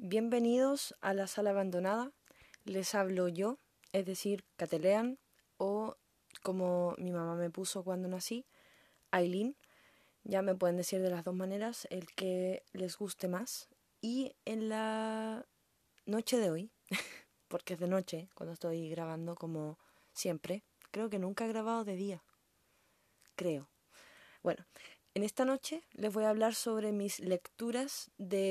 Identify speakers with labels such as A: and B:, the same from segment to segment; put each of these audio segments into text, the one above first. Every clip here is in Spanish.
A: Bienvenidos a la sala abandonada. Les hablo yo, es decir, Catelean, o como mi mamá me puso cuando nací, Aileen. Ya me pueden decir de las dos maneras, el que les guste más. Y en la noche de hoy, porque es de noche cuando estoy grabando como siempre, creo que nunca he grabado de día, creo. Bueno, en esta noche les voy a hablar sobre mis lecturas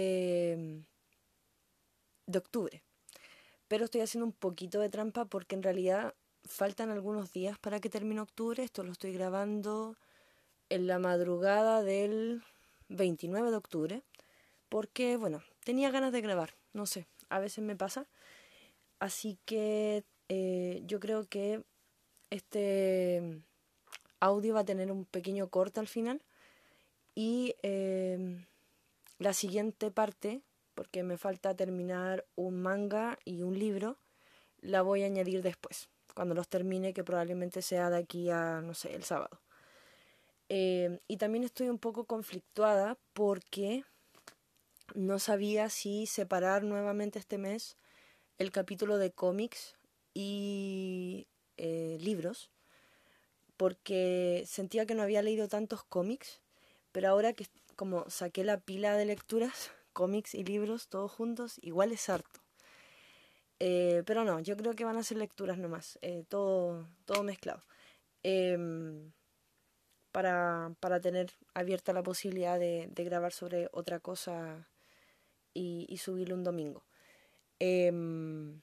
A: de octubre. Pero estoy haciendo un poquito de trampa porque en realidad faltan algunos días para que termine octubre. Esto lo estoy grabando en la madrugada del 29 de octubre. Porque, bueno, tenía ganas de grabar. No sé, a veces me pasa. Así que yo creo que este audio va a tener un pequeño corte al final. Y la siguiente parte, porque me falta terminar un manga y un libro, la voy a añadir después, cuando los termine, que probablemente sea de aquí a, no sé, el sábado. Y también estoy un poco conflictuada porque no sabía si separar nuevamente este mes el capítulo de cómics y libros, porque sentía que no había leído tantos cómics, pero ahora que como saqué la pila de lecturas, cómics y libros todos juntos, igual es harto. Pero no, yo creo que van a ser lecturas nomás, todo mezclado. Em, para tener abierta la posibilidad de grabar sobre otra cosa y subirlo un domingo. Em,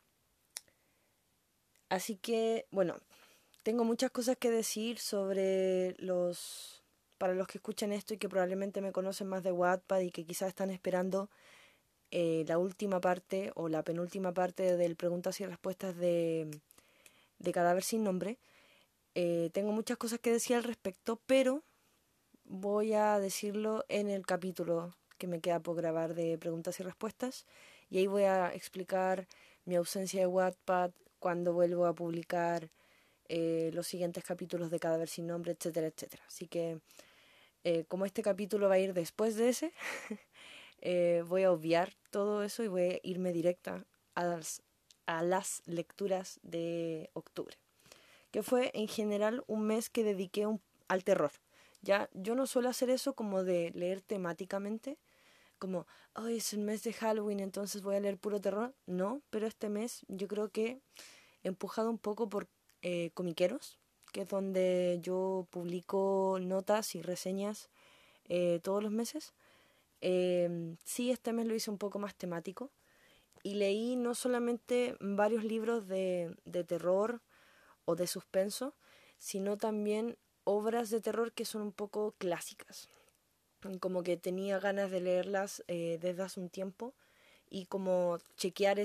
A: Así que, bueno, tengo muchas cosas que decir sobre para los que escuchan esto y que probablemente me conocen más de Wattpad y que quizás están esperando la última parte o la penúltima parte del preguntas y respuestas de Cadáver sin nombre. Tengo muchas cosas que decir al respecto, pero voy a decirlo en el capítulo que me queda por grabar de preguntas y respuestas. Y ahí voy a explicar mi ausencia de Wattpad, cuando vuelvo a publicar los siguientes capítulos de Cadáver sin nombre, etcétera, etcétera. Así que, como este capítulo va a ir después de ese, voy a obviar todo eso y voy a irme directa a las lecturas de octubre, que fue en general un mes que dediqué al terror. Ya, yo no suelo hacer eso como de leer temáticamente, como, hoy es el mes de Halloween, entonces voy a leer puro terror. No, pero este mes yo creo que empujado un poco por Comiqueros, que es donde yo publico notas y reseñas todos los meses. Sí, este mes lo hice un poco más temático y leí no solamente varios libros de terror o de suspenso, sino también obras de terror que son un poco clásicas. Como que tenía ganas de leerlas desde hace un tiempo y como chequear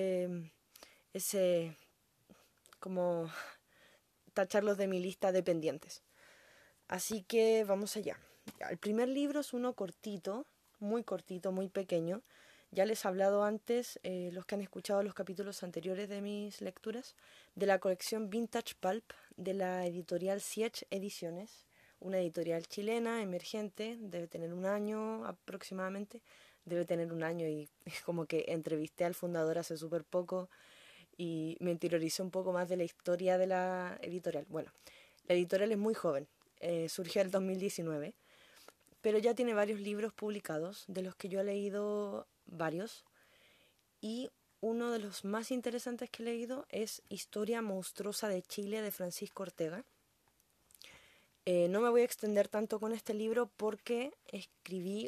A: ese, como tacharlos de mi lista de pendientes. Así que vamos allá. El primer libro es uno cortito, muy pequeño. Ya les he hablado antes, los que han escuchado los capítulos anteriores de mis lecturas, de la colección Vintage Pulp de la editorial Siech Ediciones, una editorial chilena emergente, debe tener un año aproximadamente, debe tener un año y como que entrevisté al fundador hace súper poco y me interioricé un poco más de la historia de la editorial. Bueno, la editorial es muy joven, surgió en el 2019, pero ya tiene varios libros publicados, de los que yo he leído varios, y uno de los más interesantes que he leído es Historia monstruosa de Chile de Francisco Ortega. No me voy a extender tanto con este libro porque escribí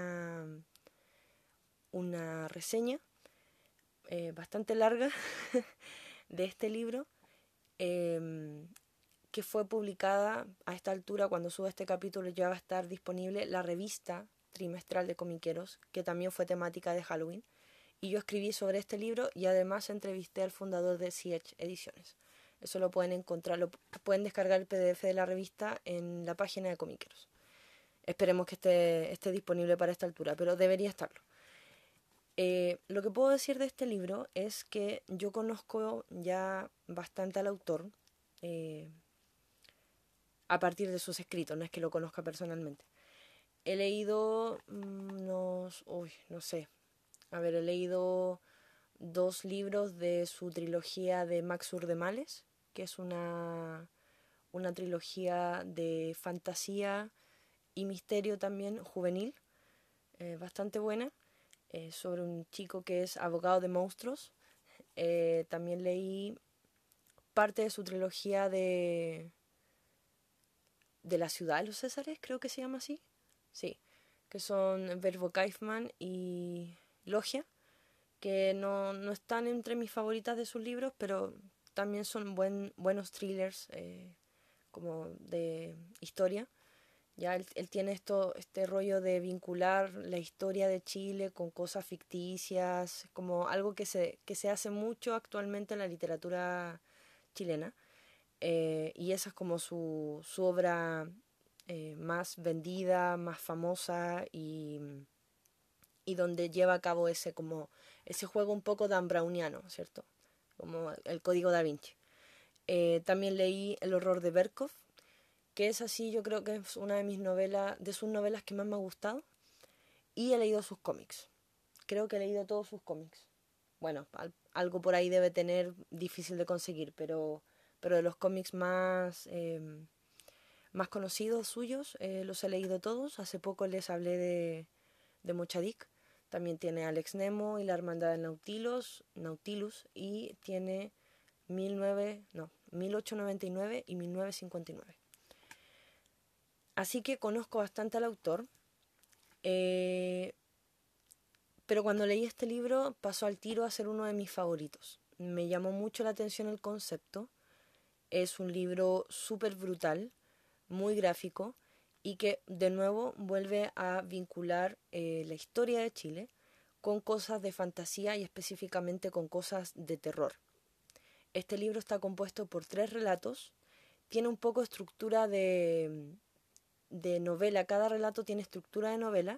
A: una reseña bastante larga de este libro, eh, que fue publicada a esta altura. Cuando suba este capítulo ya va a estar disponible la revista trimestral de Comiqueros, que también fue temática de Halloween. Y yo escribí sobre este libro y además entrevisté al fundador de Siech Ediciones. Eso lo pueden encontrar, pueden descargar el PDF de la revista en la página de Comiqueros. Esperemos que esté disponible para esta altura, pero debería estarlo. Lo que puedo decir de este libro es que yo conozco ya bastante al autor, eh, a partir de sus escritos, no es que lo conozca personalmente. He leído no sé, A ver, he leído 2 libros de su trilogía de Max Urdemales, que es una trilogía de fantasía y misterio también juvenil, bastante buena, sobre un chico que es abogado de monstruos. También leí parte de su trilogía de la ciudad de los Césares, creo que se llama así. Sí, que son Verbo Kaifman y Logia, que no están entre mis favoritas de sus libros, pero también son buenos thrillers, como de historia. Ya él tiene este rollo de vincular la historia de Chile con cosas ficticias, como algo que se hace mucho actualmente en la literatura chilena. Y esa es como su obra más vendida, más famosa y donde lleva a cabo ese juego un poco Dan Browniano, ¿cierto? Como el Código Da Vinci. También leí El horror de Berkov, que es así, yo creo que es una de sus novelas que más me ha gustado. Y he leído sus cómics. Creo que he leído todos sus cómics. Bueno, algo por ahí debe tener difícil de conseguir, pero de los cómics más conocidos suyos, los he leído todos. Hace poco les hablé de Mochadik. También tiene Alex Nemo y la Hermandad del Nautilus, y tiene 1899 y 1959. Así que conozco bastante al autor, eh, pero cuando leí este libro pasó al tiro a ser uno de mis favoritos. Me llamó mucho la atención el concepto. Es un libro súper brutal, muy gráfico, y que de nuevo vuelve a vincular la historia de Chile con cosas de fantasía y específicamente con cosas de terror. Este libro está compuesto por 3 relatos, tiene un poco estructura de novela, cada relato tiene estructura de novela,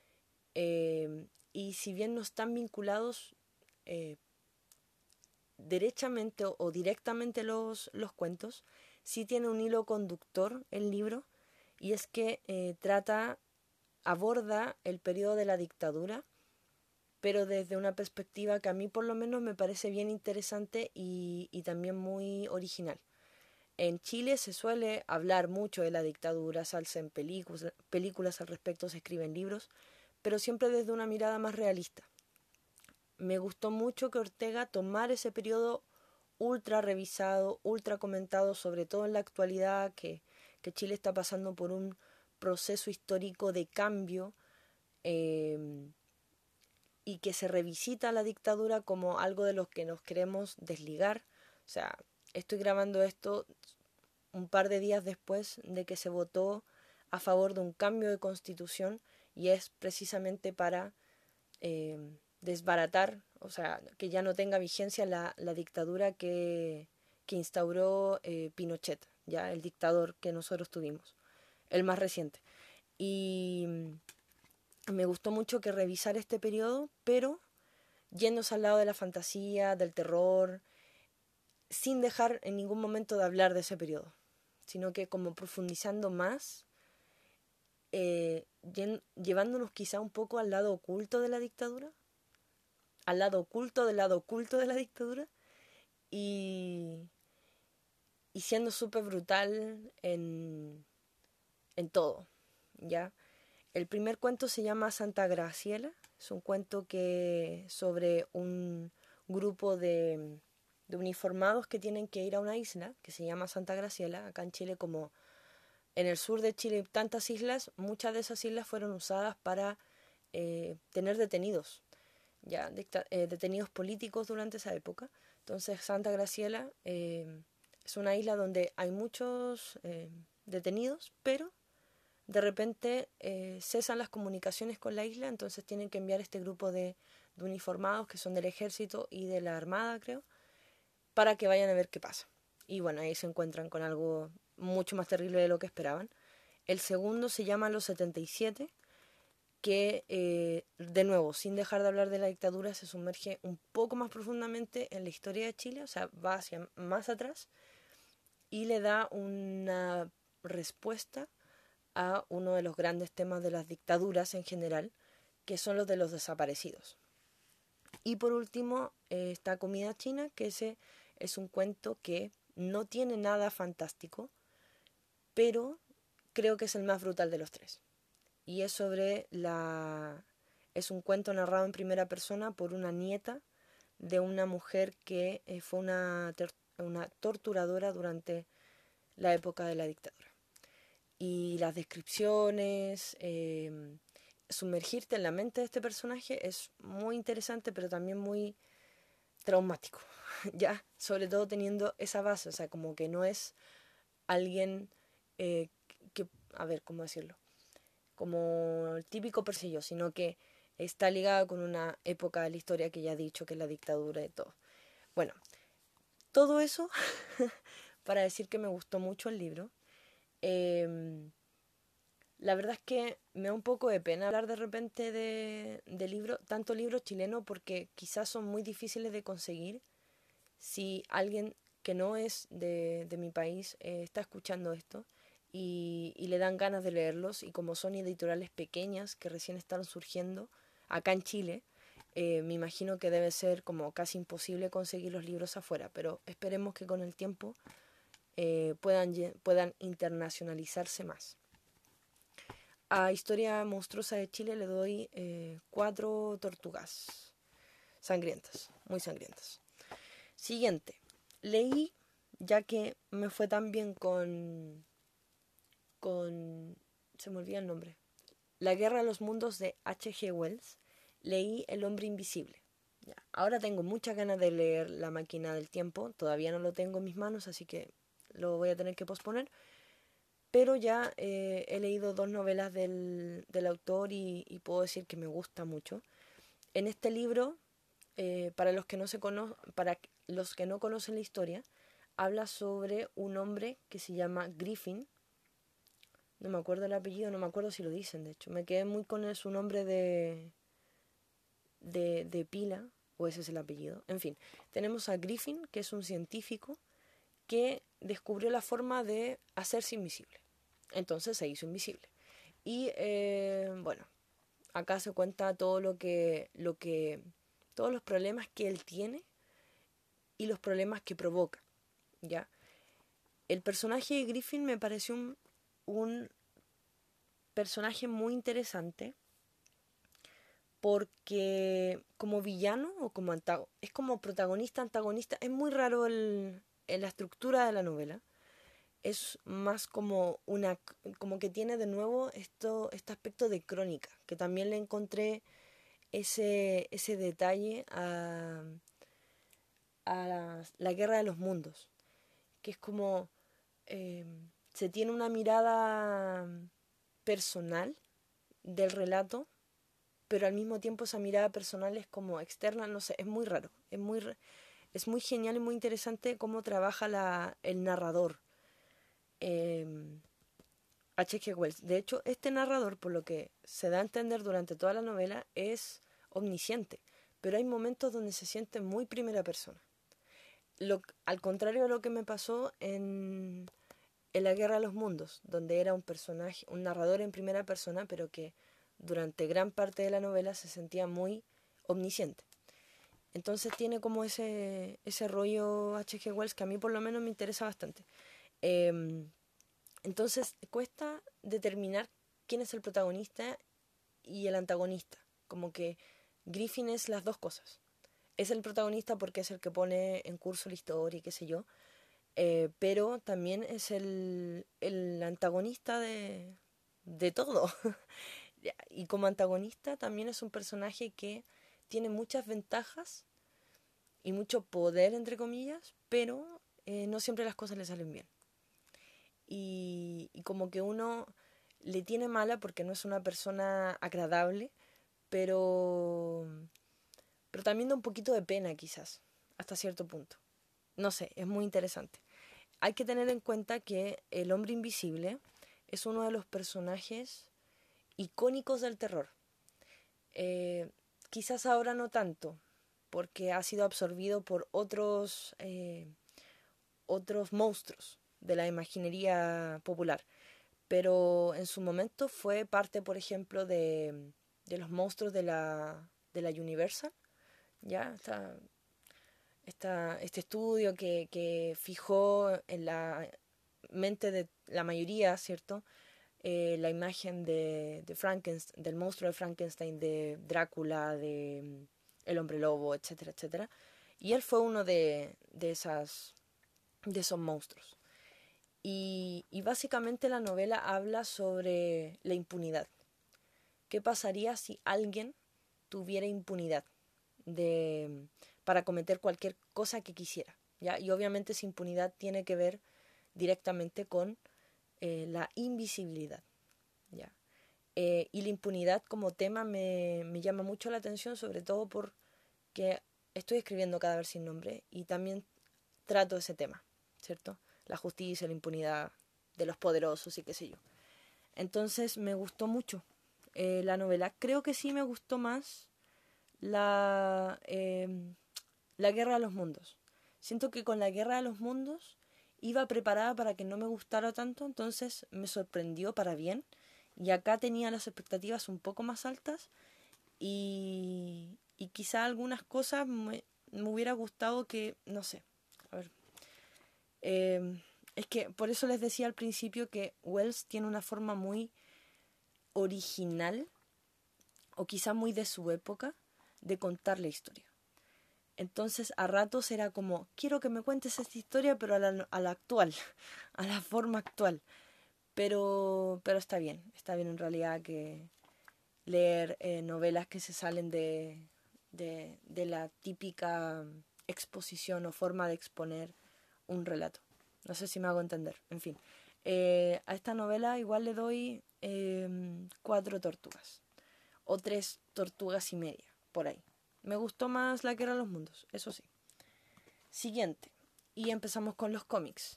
A: y si bien no están vinculados eh, derechamente o directamente los cuentos, sí tiene un hilo conductor el libro, y es que aborda el periodo de la dictadura, pero desde una perspectiva que a mí por lo menos me parece bien interesante y también muy original. En Chile se suele hablar mucho de la dictadura, se hacen películas al respecto, se escriben libros, pero siempre desde una mirada más realista. Me gustó mucho que Ortega tomara ese periodo ultra revisado, ultra comentado, sobre todo en la actualidad, que Chile está pasando por un proceso histórico de cambio, eh, y que se revisita la dictadura como algo de lo que nos queremos desligar. O sea, estoy grabando esto un par de días después de que se votó a favor de un cambio de constitución, y es precisamente para eh, desbaratar, o sea, que ya no tenga vigencia la dictadura que instauró Pinochet, ya el dictador que nosotros tuvimos, el más reciente. Y me gustó mucho que revisar este periodo, pero yéndose al lado de la fantasía, del terror, sin dejar en ningún momento de hablar de ese periodo, sino que como profundizando más, llevándonos quizá un poco al lado oculto de la dictadura, al lado oculto de la dictadura, y, y siendo súper brutal en todo, ¿ya? El primer cuento se llama Santa Graciela, es un cuento que sobre un grupo de uniformados que tienen que ir a una isla que se llama Santa Graciela. Acá en Chile, como en el sur de Chile hay tantas islas, muchas de esas islas fueron usadas para tener detenidos, ya detenidos políticos durante esa época. Entonces Santa Graciela es una isla donde hay muchos detenidos, pero de repente cesan las comunicaciones con la isla, entonces tienen que enviar este grupo de uniformados que son del ejército y de la armada, creo, para que vayan a ver qué pasa. Y bueno, ahí se encuentran con algo mucho más terrible de lo que esperaban. El segundo se llama Los 77, que de nuevo, sin dejar de hablar de la dictadura, se sumerge un poco más profundamente en la historia de Chile, o sea, va hacia más atrás y le da una respuesta a uno de los grandes temas de las dictaduras en general, que son los de los desaparecidos. Y por último está Comida China, que ese es un cuento que no tiene nada fantástico, pero creo que es el más brutal de los tres. Y es sobre la... Es un cuento narrado en primera persona por una nieta de una mujer que fue una torturadora durante la época de la dictadura. Y las descripciones, sumergirte en la mente de este personaje es muy interesante, pero también muy traumático, ya, sobre todo teniendo esa base, o sea, como que no es alguien eh, que, a ver, ¿cómo decirlo? Como el típico perseguido, sino que está ligado con una época de la historia que ya he dicho, que es la dictadura y todo. Bueno, todo eso para decir que me gustó mucho el libro. Eh, la verdad es que me da un poco de pena hablar de repente de libros, tanto libros chilenos, porque quizás son muy difíciles de conseguir. Si alguien que no es de mi país está escuchando esto y le dan ganas de leerlos, y como son editoriales pequeñas que recién están surgiendo acá en Chile, me imagino que debe ser como casi imposible conseguir los libros afuera, pero esperemos que con el tiempo puedan internacionalizarse más. A Historia Monstruosa de Chile le doy 4 tortugas sangrientas, muy sangrientas. Siguiente. Leí, ya que me fue tan bien se me olvida el nombre. La Guerra de los Mundos de H.G. Wells. Leí El Hombre Invisible. Ya. Ahora tengo muchas ganas de leer La Máquina del Tiempo. Todavía no lo tengo en mis manos, así que lo voy a tener que posponer. Pero ya he leído 2 novelas del autor y puedo decir que me gusta mucho. En este libro, para los que no conocen la historia, habla sobre un hombre que se llama Griffin. No me acuerdo el apellido, no me acuerdo si lo dicen, de hecho. Me quedé muy con su nombre de pila, o ese es el apellido. En fin, tenemos a Griffin, que es un científico que descubrió la forma de hacerse invisible. Entonces se hizo invisible. Y bueno, acá se cuenta todos los problemas que él tiene y los problemas que provoca, ¿ya? El personaje de Griffin me pareció un personaje muy interesante porque como villano o como es como protagonista, antagonista, es muy raro en la estructura de la novela. Es más como que tiene de nuevo este aspecto de crónica, que también le encontré ese detalle a la Guerra de los Mundos, que es como eh, se tiene una mirada personal del relato, pero al mismo tiempo esa mirada personal es como externa, no sé, es muy raro, es muy genial y muy interesante cómo trabaja el narrador. Eh, H.G. Wells. De hecho, este narrador, por lo que se da a entender durante toda la novela, es omnisciente, pero hay momentos donde se siente muy primera persona. Al contrario de lo que me pasó en La Guerra de los Mundos, donde era un personaje, un narrador en primera persona, pero que durante gran parte de la novela se sentía muy omnisciente. Entonces tiene como ese rollo H.G. Wells que a mí por lo menos me interesa bastante. Entonces cuesta determinar quién es el protagonista y el antagonista. Como que Griffin es las dos cosas. Es el protagonista porque es el que pone en curso la historia y qué sé yo, pero también es el antagonista de todo. Y como antagonista también es un personaje que tiene muchas ventajas y mucho poder, entre comillas, pero no siempre las cosas le salen bien. Y como que uno le tiene mala porque no es una persona agradable, pero, pero también da un poquito de pena quizás, hasta cierto punto. No sé, es muy interesante. Hay que tener en cuenta que el hombre invisible es uno de los personajes icónicos del terror. Eh, Quizás ahora no tanto, porque ha sido absorbido por otros monstruos de la imaginería popular. Pero en su momento fue parte, por ejemplo, de los monstruos de la Universal, ¿ya? Este estudio que fijó en la mente de la mayoría, ¿cierto? La imagen de Frankenstein, del monstruo de Frankenstein, de Drácula, de El Hombre Lobo, etcétera, etcétera. Y él fue uno de esos monstruos. Y básicamente la novela habla sobre la impunidad. ¿Qué pasaría si alguien tuviera impunidad de, para cometer cualquier cosa que quisiera? ¿Ya? Y obviamente esa impunidad tiene que ver directamente con la invisibilidad. ¿Ya? Y la impunidad como tema me llama mucho la atención, sobre todo porque estoy escribiendo Cadáver sin nombre y también trato ese tema, ¿cierto? La justicia, la impunidad de los poderosos y qué sé yo. Entonces me gustó mucho la novela. Creo que sí me gustó más la Guerra de los Mundos. Siento que con la Guerra de los Mundos iba preparada para que no me gustara tanto, entonces me sorprendió para bien. Y acá tenía las expectativas un poco más altas y quizá algunas cosas me hubiera gustado que, no sé, a ver. Es que por eso les decía al principio que Wells tiene una forma muy original o quizá muy de su época de contar la historia. Entonces a ratos era como, quiero que me cuentes esta historia pero a la actual, a la forma actual. Pero está bien en realidad que leer novelas que se salen de la típica exposición o forma de exponer un relato. No sé si me hago entender. En fin, a esta novela igual le doy 4 tortugas o 3 tortugas y media, por ahí. Me gustó más La Guerra de los Mundos, eso sí. Siguiente. Y empezamos con los cómics.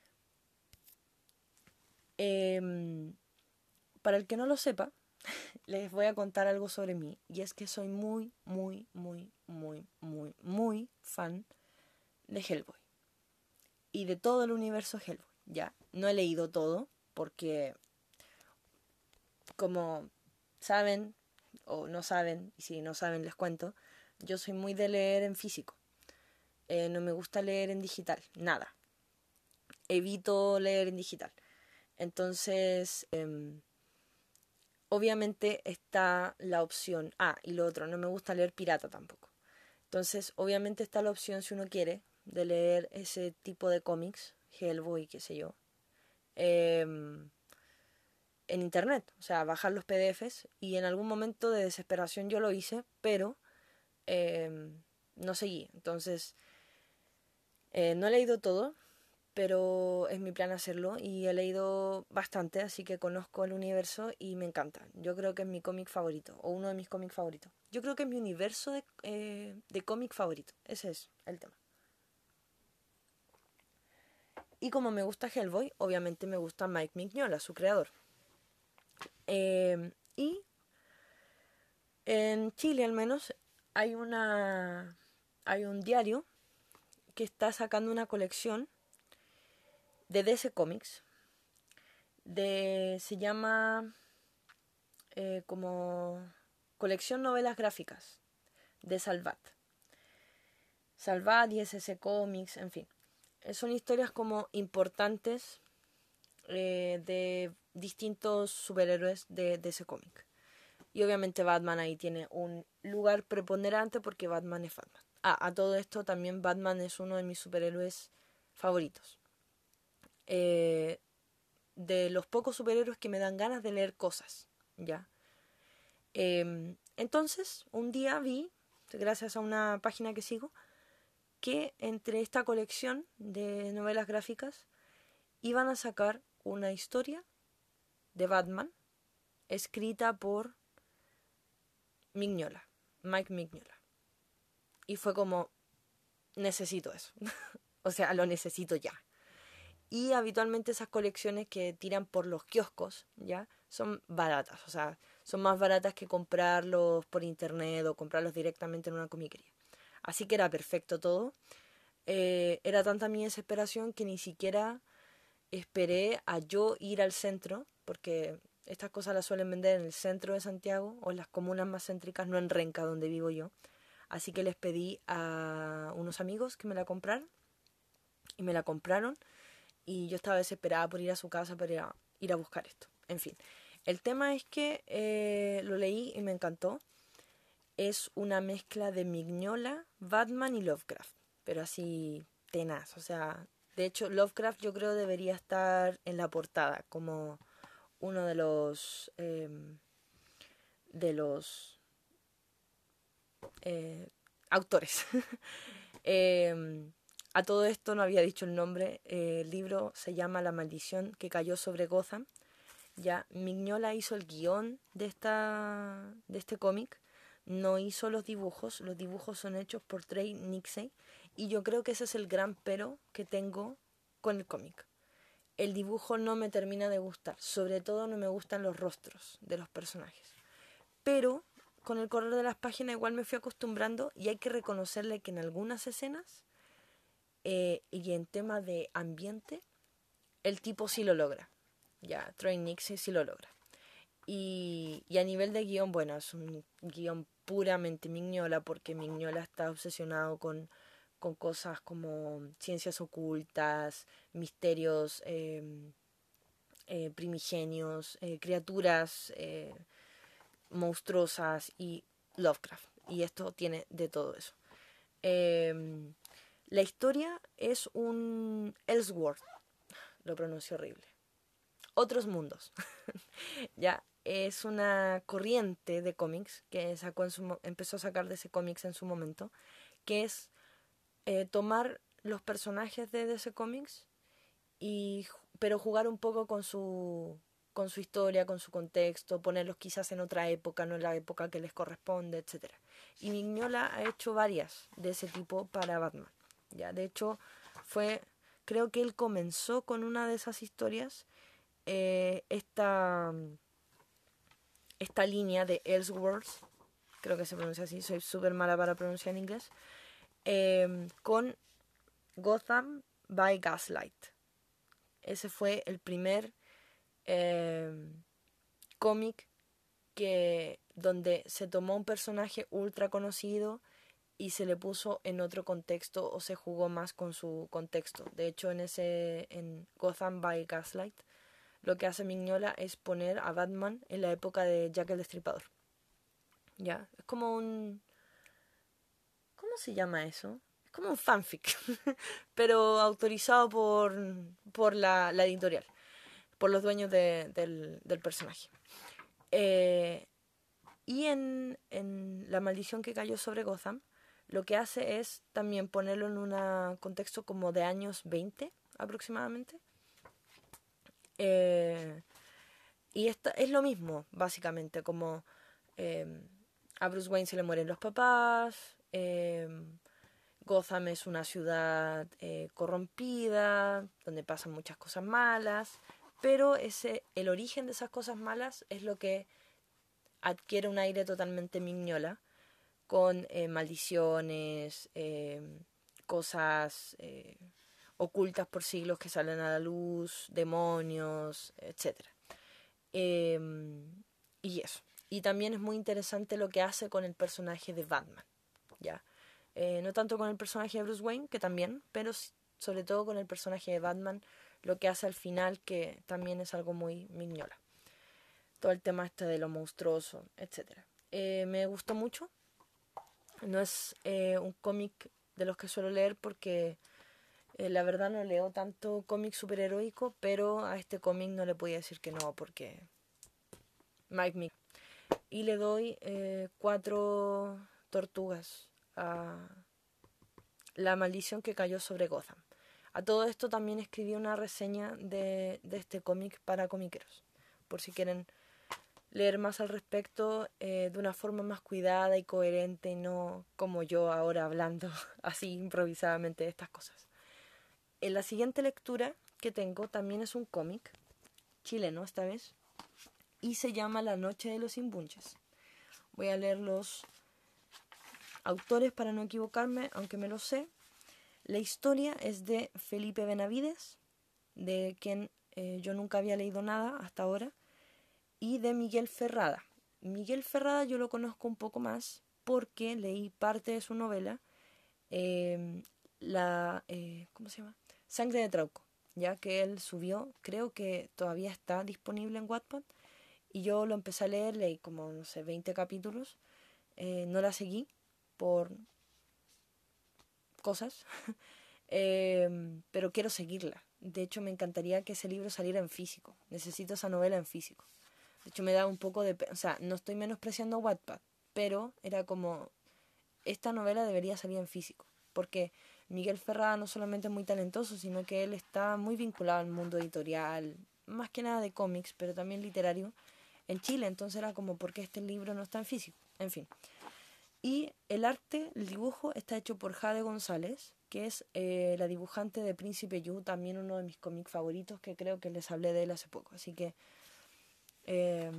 A: Para el que no lo sepa, les voy a contar algo sobre mí. Y es que soy muy, muy, muy, muy, muy, muy fan de Hellboy. Y de todo el universo Hellboy. Ya, no he leído todo porque, como saben o no saben, y si no saben les cuento, yo soy muy de leer en físico. No me gusta leer en digital, nada. Evito leer en digital. Entonces, obviamente está la opción. Ah, y lo otro, no me gusta leer pirata tampoco. Entonces, obviamente está la opción, si uno quiere, de leer ese tipo de cómics, Hellboy, qué sé yo, en internet, o sea, bajar los PDFs. Y en algún momento de desesperación yo lo hice, pero no seguí. Entonces, no he leído todo, pero es mi plan hacerlo y he leído bastante, así que conozco el universo y me encanta. Yo creo que es mi cómic favorito, o uno de mis cómics favoritos. Yo creo que es mi universo de cómic favorito, ese es el tema. Y como me gusta Hellboy, obviamente me gusta Mike Mignola, su creador. Y en Chile al menos hay un diario que está sacando una colección de DC Comics. Se llama como colección novelas gráficas de Salvat. Salvat y SS Comics, en fin. Son historias como importantes de distintos superhéroes de ese cómic. Y obviamente Batman ahí tiene un lugar preponderante porque Batman es Batman. A todo esto también Batman es uno de mis superhéroes favoritos. De los pocos superhéroes que me dan ganas de leer cosas, ¿ya? Entonces, un día vi, gracias a una página que sigo, que entre esta colección de novelas gráficas iban a sacar una historia de Batman escrita por Mignola, Mike Mignola. Y fue como, necesito eso. O sea, lo necesito ya. Y habitualmente esas colecciones que tiran por los kioscos, ¿ya? Son baratas, o sea, son más baratas que comprarlos por internet o comprarlos directamente en una comiquería. Así que era perfecto todo. Era tanta mi desesperación que ni siquiera esperé a yo ir al centro, porque estas cosas las suelen vender en el centro de Santiago o en las comunas más céntricas, no en Renca, donde vivo yo. Así que les pedí a unos amigos que me la compraran y me la compraron y yo estaba desesperada por ir a su casa para ir a buscar esto. En fin, el tema es que lo leí y me encantó. Es una mezcla de Mignola, Batman y Lovecraft, pero así tenaz. O sea, de hecho Lovecraft yo creo debería estar en la portada como uno de los autores. eh, a todo esto no había dicho el nombre. El libro se llama La maldición que cayó sobre Gotham. Ya Mignola hizo el guión de este cómic. No hizo los dibujos son hechos por Trey Nixey y yo creo que ese es el gran pero que tengo con el cómic. El dibujo no me termina de gustar, sobre todo no me gustan los rostros de los personajes. Pero con el correr de las páginas igual me fui acostumbrando y hay que reconocerle que en algunas escenas y en temas de ambiente el tipo sí lo logra. Ya, Trey Nixey sí lo logra. Y a nivel de guión, bueno, es un guión puramente Mignola porque Mignola está obsesionado con cosas como ciencias ocultas, misterios primigenios, criaturas monstruosas y Lovecraft. Y esto tiene de todo eso. Eh, la historia es un Elseworld, lo pronuncio horrible. Otros mundos. Ya, es una corriente de cómics que empezó a sacar de ese cómics en su momento, que es tomar los personajes de DC Comics pero jugar un poco con su historia, con su contexto, ponerlos quizás en otra época, no en la época que les corresponde, etcétera. Y Mignola ha hecho varias de ese tipo para Batman. Ya, de hecho, creo que él comenzó con una de esas historias, eh, esta, esta línea de Elseworlds, creo que se pronuncia así, soy súper mala para pronunciar en inglés, con Gotham by Gaslight. Ese fue el primer cómic donde se tomó un personaje ultra conocido y se le puso en otro contexto o se jugó más con su contexto. De hecho, en Gotham by Gaslight, lo que hace Mignola es poner a Batman en la época de Jack el Destripador. Ya, es como un... ¿Cómo se llama eso? Es como un fanfic, pero autorizado por la editorial, por los dueños del personaje. Y en La maldición que cayó sobre Gotham, lo que hace es también ponerlo en un contexto como de años 20 aproximadamente. Y es lo mismo, básicamente, como eh, a Bruce Wayne se le mueren los papás, Gotham es una ciudad corrompida, donde pasan muchas cosas malas, pero el origen de esas cosas malas es lo que adquiere un aire totalmente Mignola, con maldiciones, cosas ocultas por siglos que salen a la luz, demonios, etc. Y eso. Y también es muy interesante lo que hace con el personaje de Batman, ¿ya? No tanto con el personaje de Bruce Wayne, que también, pero sobre todo con el personaje de Batman, lo que hace al final, que también es algo muy Mignola. Todo el tema este de lo monstruoso, etcétera. Me gustó mucho. No es un cómic de los que suelo leer porque la verdad no leo tanto cómic superheroico, pero a este cómic no le podía decir que no porque Mike Mick. Y le doy 4 tortugas a La maldición que cayó sobre Gotham. A todo esto también escribí una reseña de este cómic para comiqueros, por si quieren leer más al respecto de una forma más cuidada y coherente y no como yo ahora hablando así improvisadamente de estas cosas. En la siguiente lectura que tengo también es un cómic chileno esta vez y se llama La noche de los imbunches. Voy a leer los autores para no equivocarme, aunque me lo sé. La historia es de Felipe Benavides, de quien yo nunca había leído nada hasta ahora, y de Miguel Ferrada. Miguel Ferrada yo lo conozco un poco más porque leí parte de su novela, ¿cómo se llama? Sangre de Trauco, ya que él subió, creo que todavía está disponible en Wattpad, y yo lo empecé a leer, leí como, no sé, 20 capítulos, no la seguí por cosas, pero quiero seguirla. De hecho, me encantaría que ese libro saliera en físico. Necesito esa novela en físico. De hecho, me da un poco de... O sea, no estoy menospreciando Wattpad, pero era como... Esta novela debería salir en físico. Porque Miguel Ferrada no solamente es muy talentoso, sino que él está muy vinculado al mundo editorial, más que nada de cómics, pero también literario, en Chile. Entonces era como, ¿por qué este libro no está en físico? En fin. Y el arte, el dibujo, está hecho por Jade González, que es la dibujante de Príncipe Yu, también uno de mis cómics favoritos, que creo que les hablé de él hace poco. Así que eh,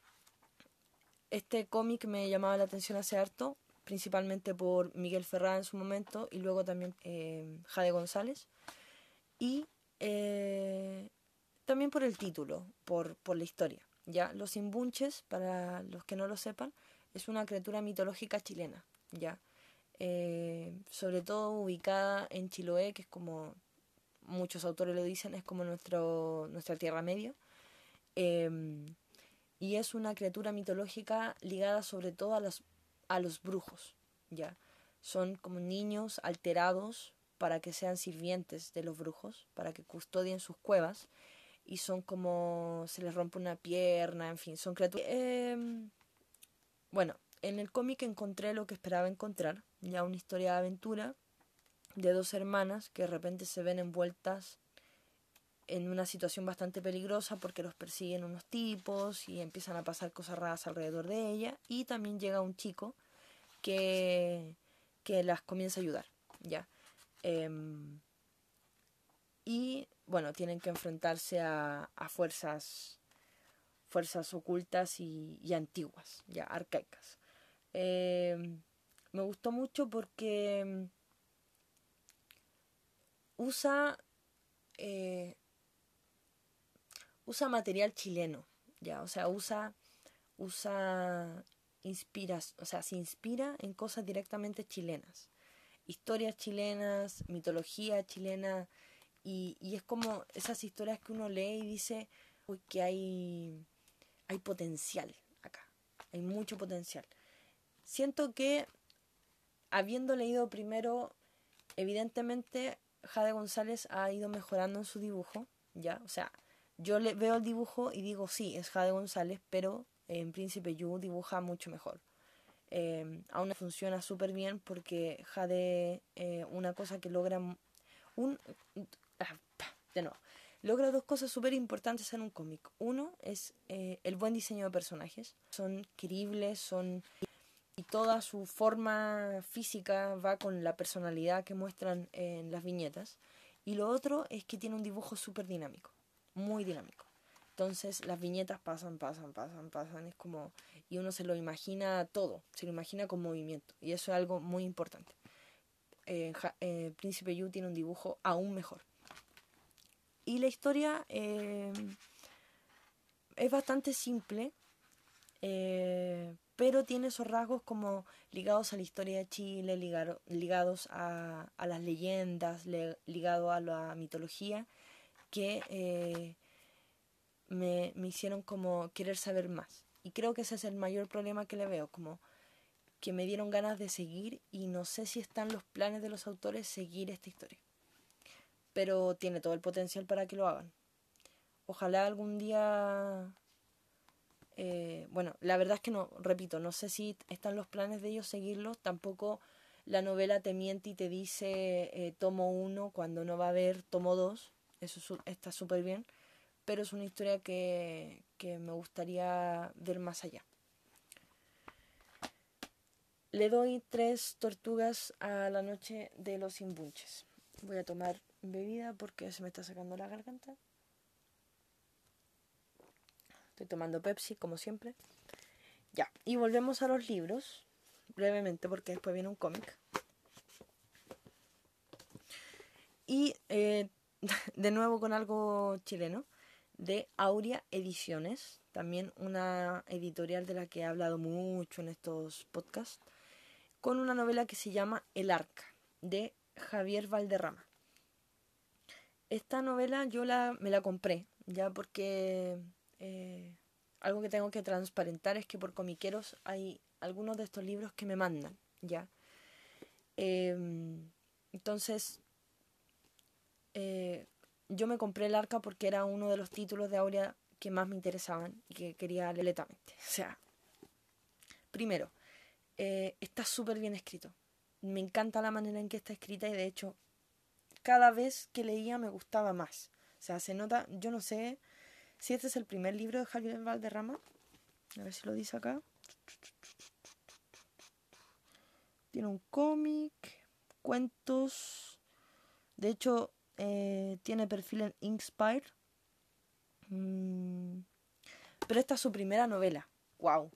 A: este cómic me llamaba la atención hace harto, principalmente por Miguel Ferrá en su momento, y luego también Jade González. Y también por el título, por la historia. ¿Ya? Los imbunches, para los que no lo sepan, es una criatura mitológica chilena, ¿ya? Sobre todo ubicada en Chiloé, que es como muchos autores lo dicen, es como nuestra Tierra Media. Y es una criatura mitológica ligada sobre todo a los brujos, ¿ya? Son como niños alterados para que sean sirvientes de los brujos, para que custodien sus cuevas, y son como se les rompe una pierna, en fin, son criaturas... bueno, en el cómic encontré lo que esperaba encontrar, ya una historia de aventura de dos hermanas que de repente se ven envueltas en una situación bastante peligrosa porque los persiguen unos tipos y empiezan a pasar cosas raras alrededor de ella, y también llega un chico que, que las comienza a ayudar, ¿ya? Y bueno, tienen que enfrentarse a fuerzas ocultas y antiguas, ya arcaicas. Me gustó mucho porque usa eh, usa material chileno, ya, o sea, o sea, se inspira en cosas directamente chilenas, historias chilenas, mitología chilena, y es como esas historias que uno lee y dice, uy, que hay potencial acá, hay mucho potencial. Siento que habiendo leído primero, evidentemente Jade González ha ido mejorando en su dibujo, ya, o sea, yo le veo el dibujo y digo, sí, es Jade González, pero en Príncipe Yu dibuja mucho mejor. Aún funciona súper bien porque Jade, una cosa que logra, un, ah, de nuevo, logra dos cosas súper importantes en un cómic. Uno es el buen diseño de personajes, son queribles, y toda su forma física va con la personalidad que muestran en las viñetas. Y lo otro es que tiene un dibujo súper dinámico, muy dinámico. Entonces las viñetas pasan, es como... Y uno se lo imagina todo, se lo imagina con movimiento. Y eso es algo muy importante. Príncipe Yu tiene un dibujo aún mejor. Y la historia es bastante simple, pero tiene esos rasgos como ligados a la historia de Chile, ligados a las leyendas, ligados a la mitología, que me hicieron como querer saber más. Y creo que ese es el mayor problema que le veo, como que me dieron ganas de seguir, y no sé si están los planes de los autores seguir esta historia. Pero tiene todo el potencial para que lo hagan. Ojalá algún día... bueno, la verdad es que no, repito, no sé si están los planes de ellos seguirlo. Tampoco la novela te miente y te dice tomo 1 cuando no va a haber tomo 2. Eso está súper bien. Pero es una historia que me gustaría ver más allá. Le doy 3 tortugas a la noche de los imbunches. Voy a tomar bebida porque se me está sacando la garganta. Estoy tomando Pepsi, como siempre. Ya, y volvemos a los libros, brevemente, porque después viene un cómic. Y de nuevo con algo chileno, de Aurea Ediciones, también una editorial de la que he hablado mucho en estos podcasts. con una novela que se llama El Arca, de Javier Valderrama. Esta novela me la compré, ya porque algo que tengo que transparentar es que por comiqueros hay algunos de estos libros que me mandan, ya. Entonces, yo me compré El Arca porque era uno de los títulos de Aurea que más me interesaban y que quería leer letamente. O sea, primero, está súper bien escrito. Me encanta la manera en que está escrita y de hecho cada vez que leía me gustaba más. O sea, se nota, yo no sé si este es el primer libro de Javier Valderrama. A ver si lo dice acá. Tiene un cómic, cuentos. De hecho, tiene perfil en Inspire. Pero esta es su primera novela. ¡Wow!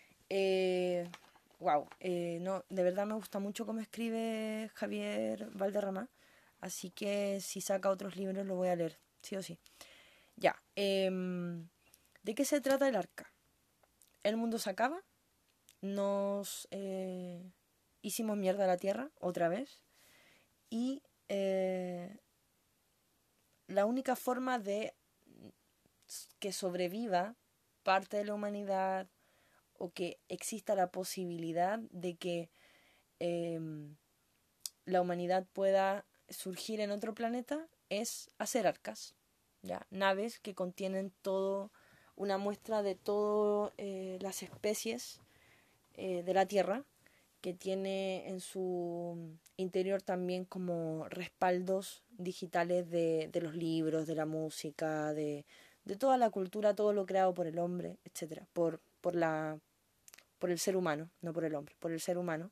A: No, de verdad me gusta mucho cómo escribe Javier Valderrama. Así que si saca otros libros lo voy a leer, sí o sí. Ya. ¿De qué se trata El Arca? El mundo se acaba. Nos hicimos mierda a la Tierra otra vez. Y la única forma de que sobreviva parte de la humanidad o que exista la posibilidad de que la humanidad pueda surgir en otro planeta es hacer arcas, ¿ya? Naves que contienen todo, una muestra de todas las especies de la Tierra, que tiene en su interior también como respaldos digitales de los libros, de la música, de toda la cultura, todo lo creado por el hombre, etcétera, por el ser humano, no por el hombre, por el ser humano.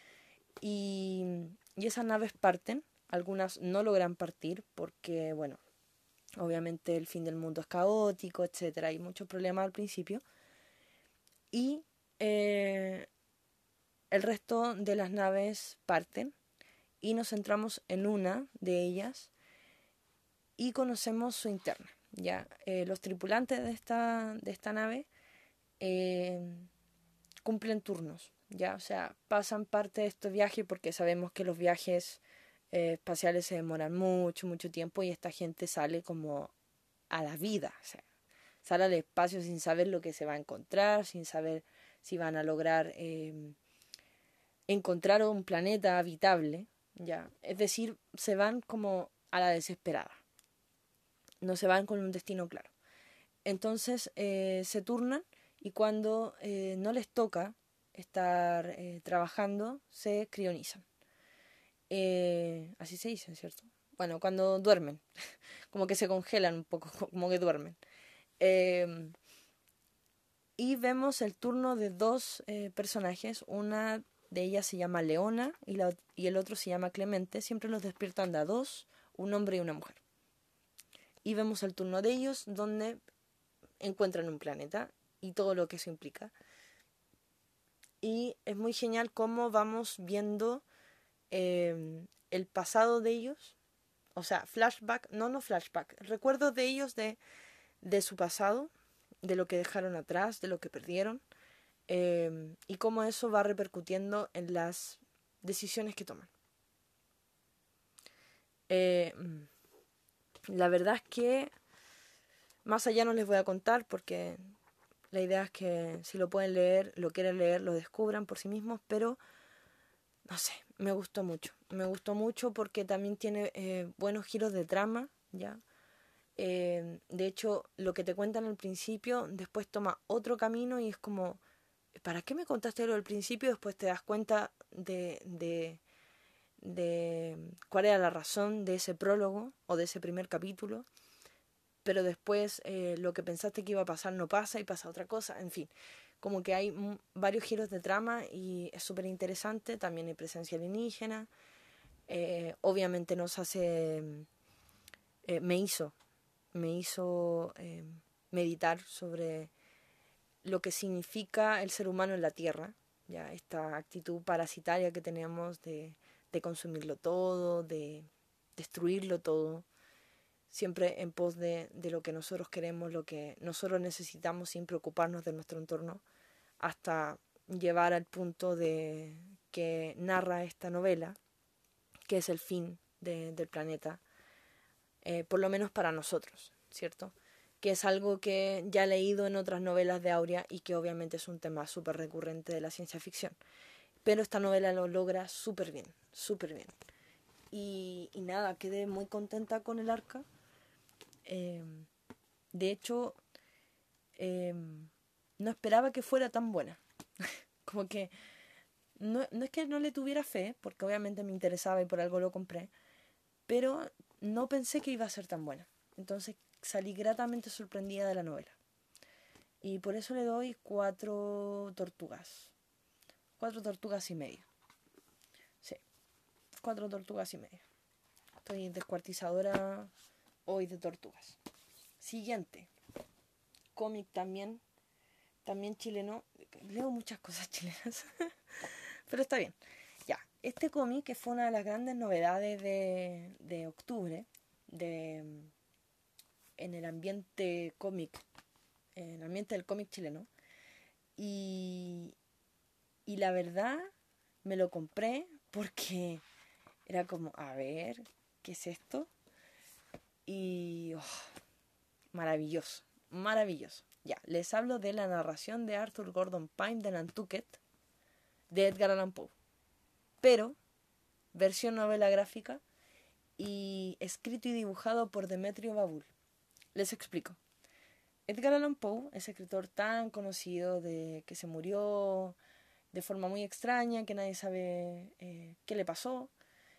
A: Y esas naves parten, algunas no logran partir porque, bueno, obviamente el fin del mundo es caótico, etcétera, hay muchos problemas al principio. Y el resto de las naves parten y nos centramos en una de ellas y conocemos su interna. Ya, los tripulantes de esta nave cumplen turnos, ya, o sea, pasan parte de este viaje porque sabemos que los viajes espaciales se demoran mucho, mucho tiempo y esta gente sale como a la vida, o sea, sale al espacio sin saber lo que se va a encontrar, sin saber si van a lograr encontrar un planeta habitable, ya, es decir, se van como a la desesperada, no se van con un destino claro. Entonces se turnan y cuando no les toca estar trabajando, se crionizan. Así se dice, ¿cierto? Bueno, cuando duermen, como que se congelan un poco, como que duermen. Eh, y vemos el turno de dos personajes, una de ellas se llama Leona y el otro se llama Clemente, siempre los despiertan de a dos, un hombre y una mujer. Y vemos el turno de ellos donde encuentran un planeta y todo lo que eso implica. Y es muy genial cómo vamos viendo el pasado de ellos, o sea, flashback, no flashback, recuerdos de ellos de su pasado, de lo que dejaron atrás, de lo que perdieron, y cómo eso va repercutiendo en las decisiones que toman. La verdad es que más allá no les voy a contar porque la idea es que si lo pueden leer, lo quieren leer, lo descubran por sí mismos, pero no sé, me gustó mucho. Me gustó mucho porque también tiene buenos giros de trama, ¿ya? De hecho, lo que te cuentan al principio después toma otro camino y es como, ¿para qué me contaste lo del principio? Después te das cuenta de cuál era la razón de ese prólogo o de ese primer capítulo, pero después lo que pensaste que iba a pasar no pasa y pasa otra cosa, en fin, como que hay varios giros de trama y es súper interesante, también hay presencia alienígena, obviamente nos hace, me hizo meditar sobre lo que significa el ser humano en la Tierra, ya esta actitud parasitaria que tenemos de consumirlo todo, de destruirlo todo, siempre en pos de lo que nosotros queremos, lo que nosotros necesitamos sin preocuparnos de nuestro entorno, hasta llevar al punto de que narra esta novela, que es el fin del planeta, por lo menos para nosotros, ¿cierto? Que es algo que ya he leído en otras novelas de Aurea y que obviamente es un tema súper recurrente de la ciencia ficción. Pero esta novela lo logra súper bien, súper bien. Y nada, quedé muy contenta con el arca. De hecho, no esperaba que fuera tan buena. Como que no es que no le tuviera fe, porque obviamente me interesaba y por algo lo compré, pero no pensé que iba a ser tan buena. Entonces salí gratamente sorprendida de la novela. Y por eso le doy 4 tortugas. 4 tortugas y media. Sí, 4 tortugas y media. Estoy descuartizadora hoy de tortugas. Siguiente. Cómic también chileno. Leo muchas cosas chilenas. Pero está bien. Ya, este cómic, que fue una de las grandes novedades de octubre, en el ambiente cómic, en el ambiente del cómic chileno. Y la verdad, me lo compré porque era como, a ver, ¿qué es esto? Y maravilloso, maravilloso. Ya, les hablo de la narración de Arthur Gordon Pym de Nantucket, de Edgar Allan Poe. Pero, versión novela gráfica y escrito y dibujado por Demetrio Bavul. Les explico. Edgar Allan Poe, ese escritor tan conocido que se murió de forma muy extraña, que nadie sabe qué le pasó,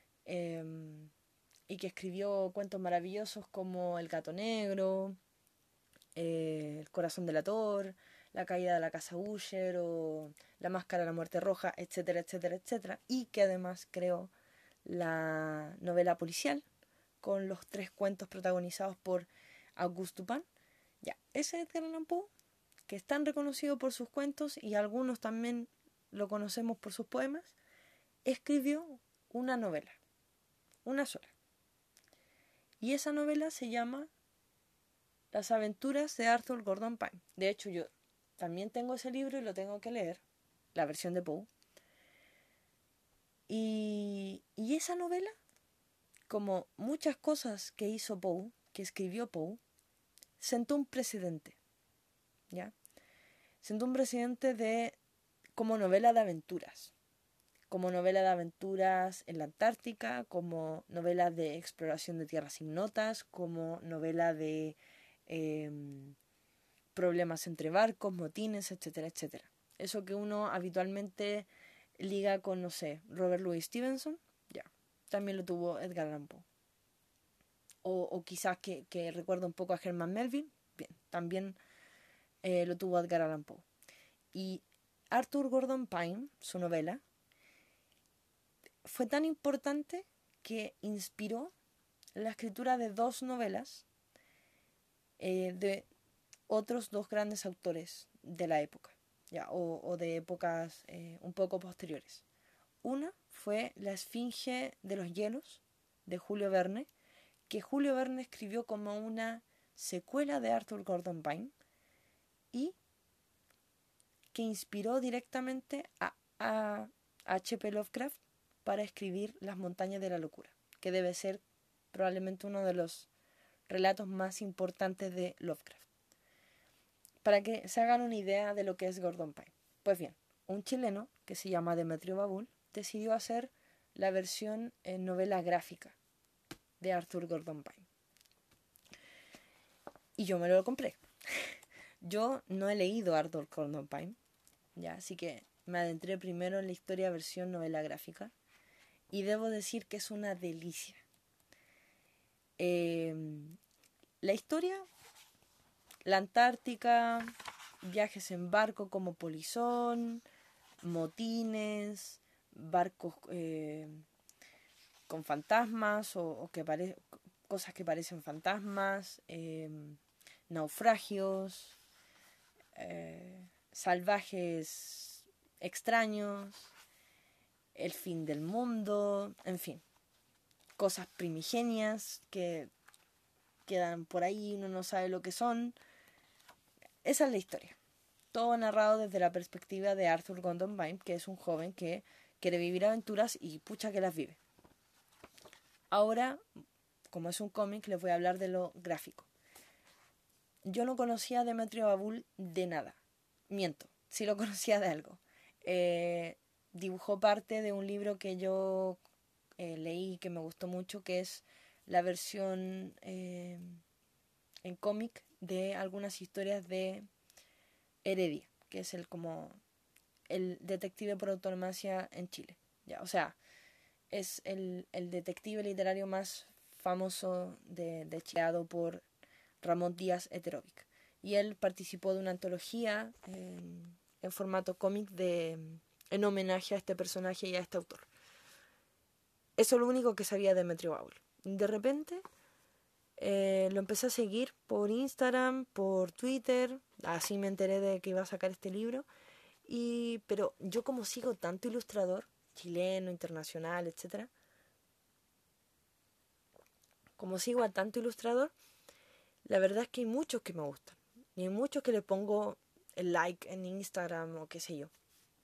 A: y que escribió cuentos maravillosos como El gato negro, El corazón delator, La caída de la casa Usher o La máscara de la muerte roja, etcétera, etcétera, etcétera, y que además creó la novela policial con los 3 cuentos protagonizados por Auguste Dupin. Ya, ese Edgar Allan Poe, que es tan reconocido por sus cuentos y algunos también lo conocemos por sus poemas, escribió una novela, una sola. Y esa novela se llama Las aventuras de Arthur Gordon Pym. De hecho, yo también tengo ese libro y lo tengo que leer, la versión de Poe. Y esa novela, como muchas cosas que hizo Poe, que escribió Poe, sentó un precedente, ¿ya? Sentó un precedente como novela de aventuras. Como novela de aventuras en la Antártica, como novela de exploración de tierras ignotas, como novela de problemas entre barcos, motines, etcétera, etcétera. Eso que uno habitualmente liga con, no sé, Robert Louis Stevenson, ya, también lo tuvo Edgar Allan Poe. O quizás que recuerda un poco a Herman Melville, bien, también lo tuvo Edgar Allan Poe. Y Arthur Gordon Pym, su novela, fue tan importante que inspiró la escritura de 2 novelas de otros 2 grandes autores de la época, ¿ya? O de épocas un poco posteriores. Una fue La Esfinge de los Hielos, de Julio Verne, que Julio Verne escribió como una secuela de Arthur Gordon Pym y que inspiró directamente a H.P. Lovecraft para escribir Las montañas de la locura, que debe ser probablemente uno de los relatos más importantes de Lovecraft. Para que se hagan una idea de lo que es Gordon Pym. Pues bien, un chileno que se llama Demetrio Bavul decidió hacer la versión en novela gráfica de Arthur Gordon Pym. Y yo me lo compré. Yo no he leído Arthur Gordon Pym, ¿ya? Así que me adentré primero en la historia versión novela gráfica. Y debo decir que es una delicia. La historia, la Antártica, viajes en barco como polizón, motines, barcos con fantasmas o cosas que parecen fantasmas, naufragios, salvajes extraños, el fin del mundo, en fin, cosas primigenias que quedan por ahí, uno no sabe lo que son. Esa es la historia. Todo narrado desde la perspectiva de Arthur Gordon Pym, que es un joven que quiere vivir aventuras y pucha que las vive. Ahora, como es un cómic, les voy a hablar de lo gráfico. Yo no conocía a Demetrio Bavul de nada. Miento, sí lo conocía de algo. Dibujó parte de un libro que yo leí y que me gustó mucho, que es la versión en cómic de algunas historias de Heredia, que es el detective por autonomía en Chile. Ya, o sea, es el detective literario más famoso de Chile, por Ramón Díaz Heterovic. Y él participó de una antología en formato cómic en homenaje a este personaje y a este autor. Eso es lo único que sabía de Demetrio Bavul. De repente lo empecé a seguir por Instagram, por Twitter, así me enteré de que iba a sacar este libro. Pero yo como sigo tanto ilustrador, chileno, internacional, etcétera, como sigo a tanto ilustrador, la verdad es que hay muchos que me gustan. Y hay muchos que le pongo el like en Instagram o qué sé yo.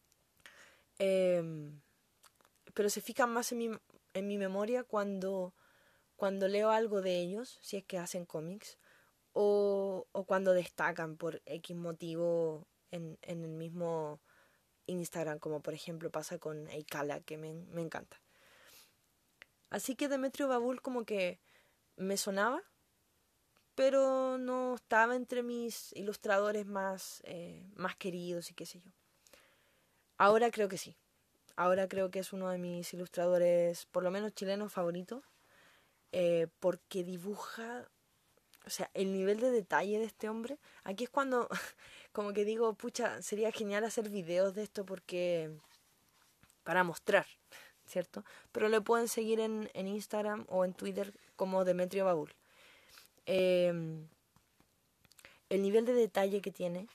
A: Pero se fijan más en mi memoria cuando leo algo de ellos, si es que hacen cómics, o cuando destacan por X motivo en el mismo Instagram, como por ejemplo pasa con Eikala, que me encanta. Así que Demetrio Bavul como que me sonaba, pero no estaba entre mis ilustradores más queridos y qué sé yo. Ahora creo que sí. Ahora creo que es uno de mis ilustradores, por lo menos chilenos, favoritos, porque dibuja, o sea, el nivel de detalle de este hombre. Aquí es cuando como que digo, pucha, sería genial hacer videos de esto para mostrar, ¿cierto? Pero le pueden seguir en Instagram o en Twitter como Demetrio Bavul. El nivel de detalle que tiene,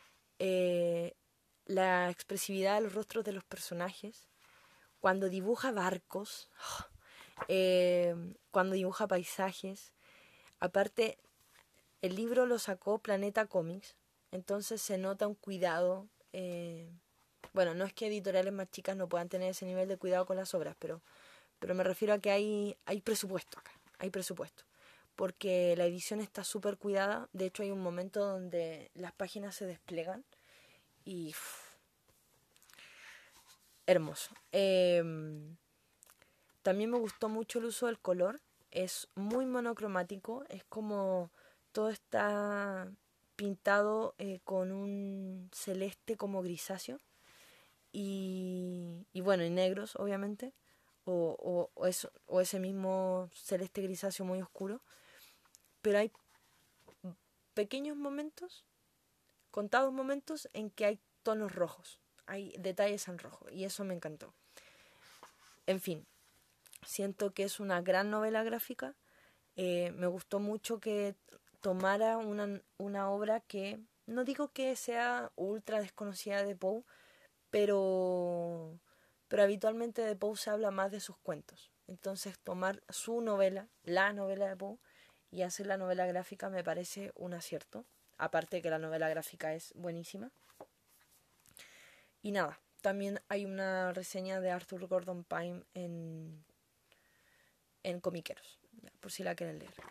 A: la expresividad de los rostros de los personajes, cuando dibuja barcos, cuando dibuja paisajes. Aparte, el libro lo sacó Planeta Comics, entonces se nota un cuidado. Bueno, no es que editoriales más chicas no puedan tener ese nivel de cuidado con las obras, pero me refiero a que hay presupuesto acá, hay presupuesto. Porque la edición está súper cuidada. De hecho, hay un momento donde las páginas se desplegan y hermoso. También me gustó mucho el uso del color. Es muy monocromático. Es como todo está pintado con un celeste como grisáceo. Y bueno, y negros, obviamente. O ese mismo celeste grisáceo muy oscuro. Pero hay pequeños momentos, contados momentos, en que hay tonos rojos. Hay detalles en rojo. Y eso me encantó. En fin, siento que es una gran novela gráfica. Me gustó mucho que tomara una obra que no digo que sea ultra desconocida de Poe, pero, pero habitualmente de Poe se habla más de sus cuentos. Entonces tomar su novela, la novela de Poe, y hacer la novela gráfica me parece un acierto. Aparte de que la novela gráfica es buenísima. Y nada, también hay una reseña de Arthur Gordon Pym en Comiqueros, por si la quieren leer.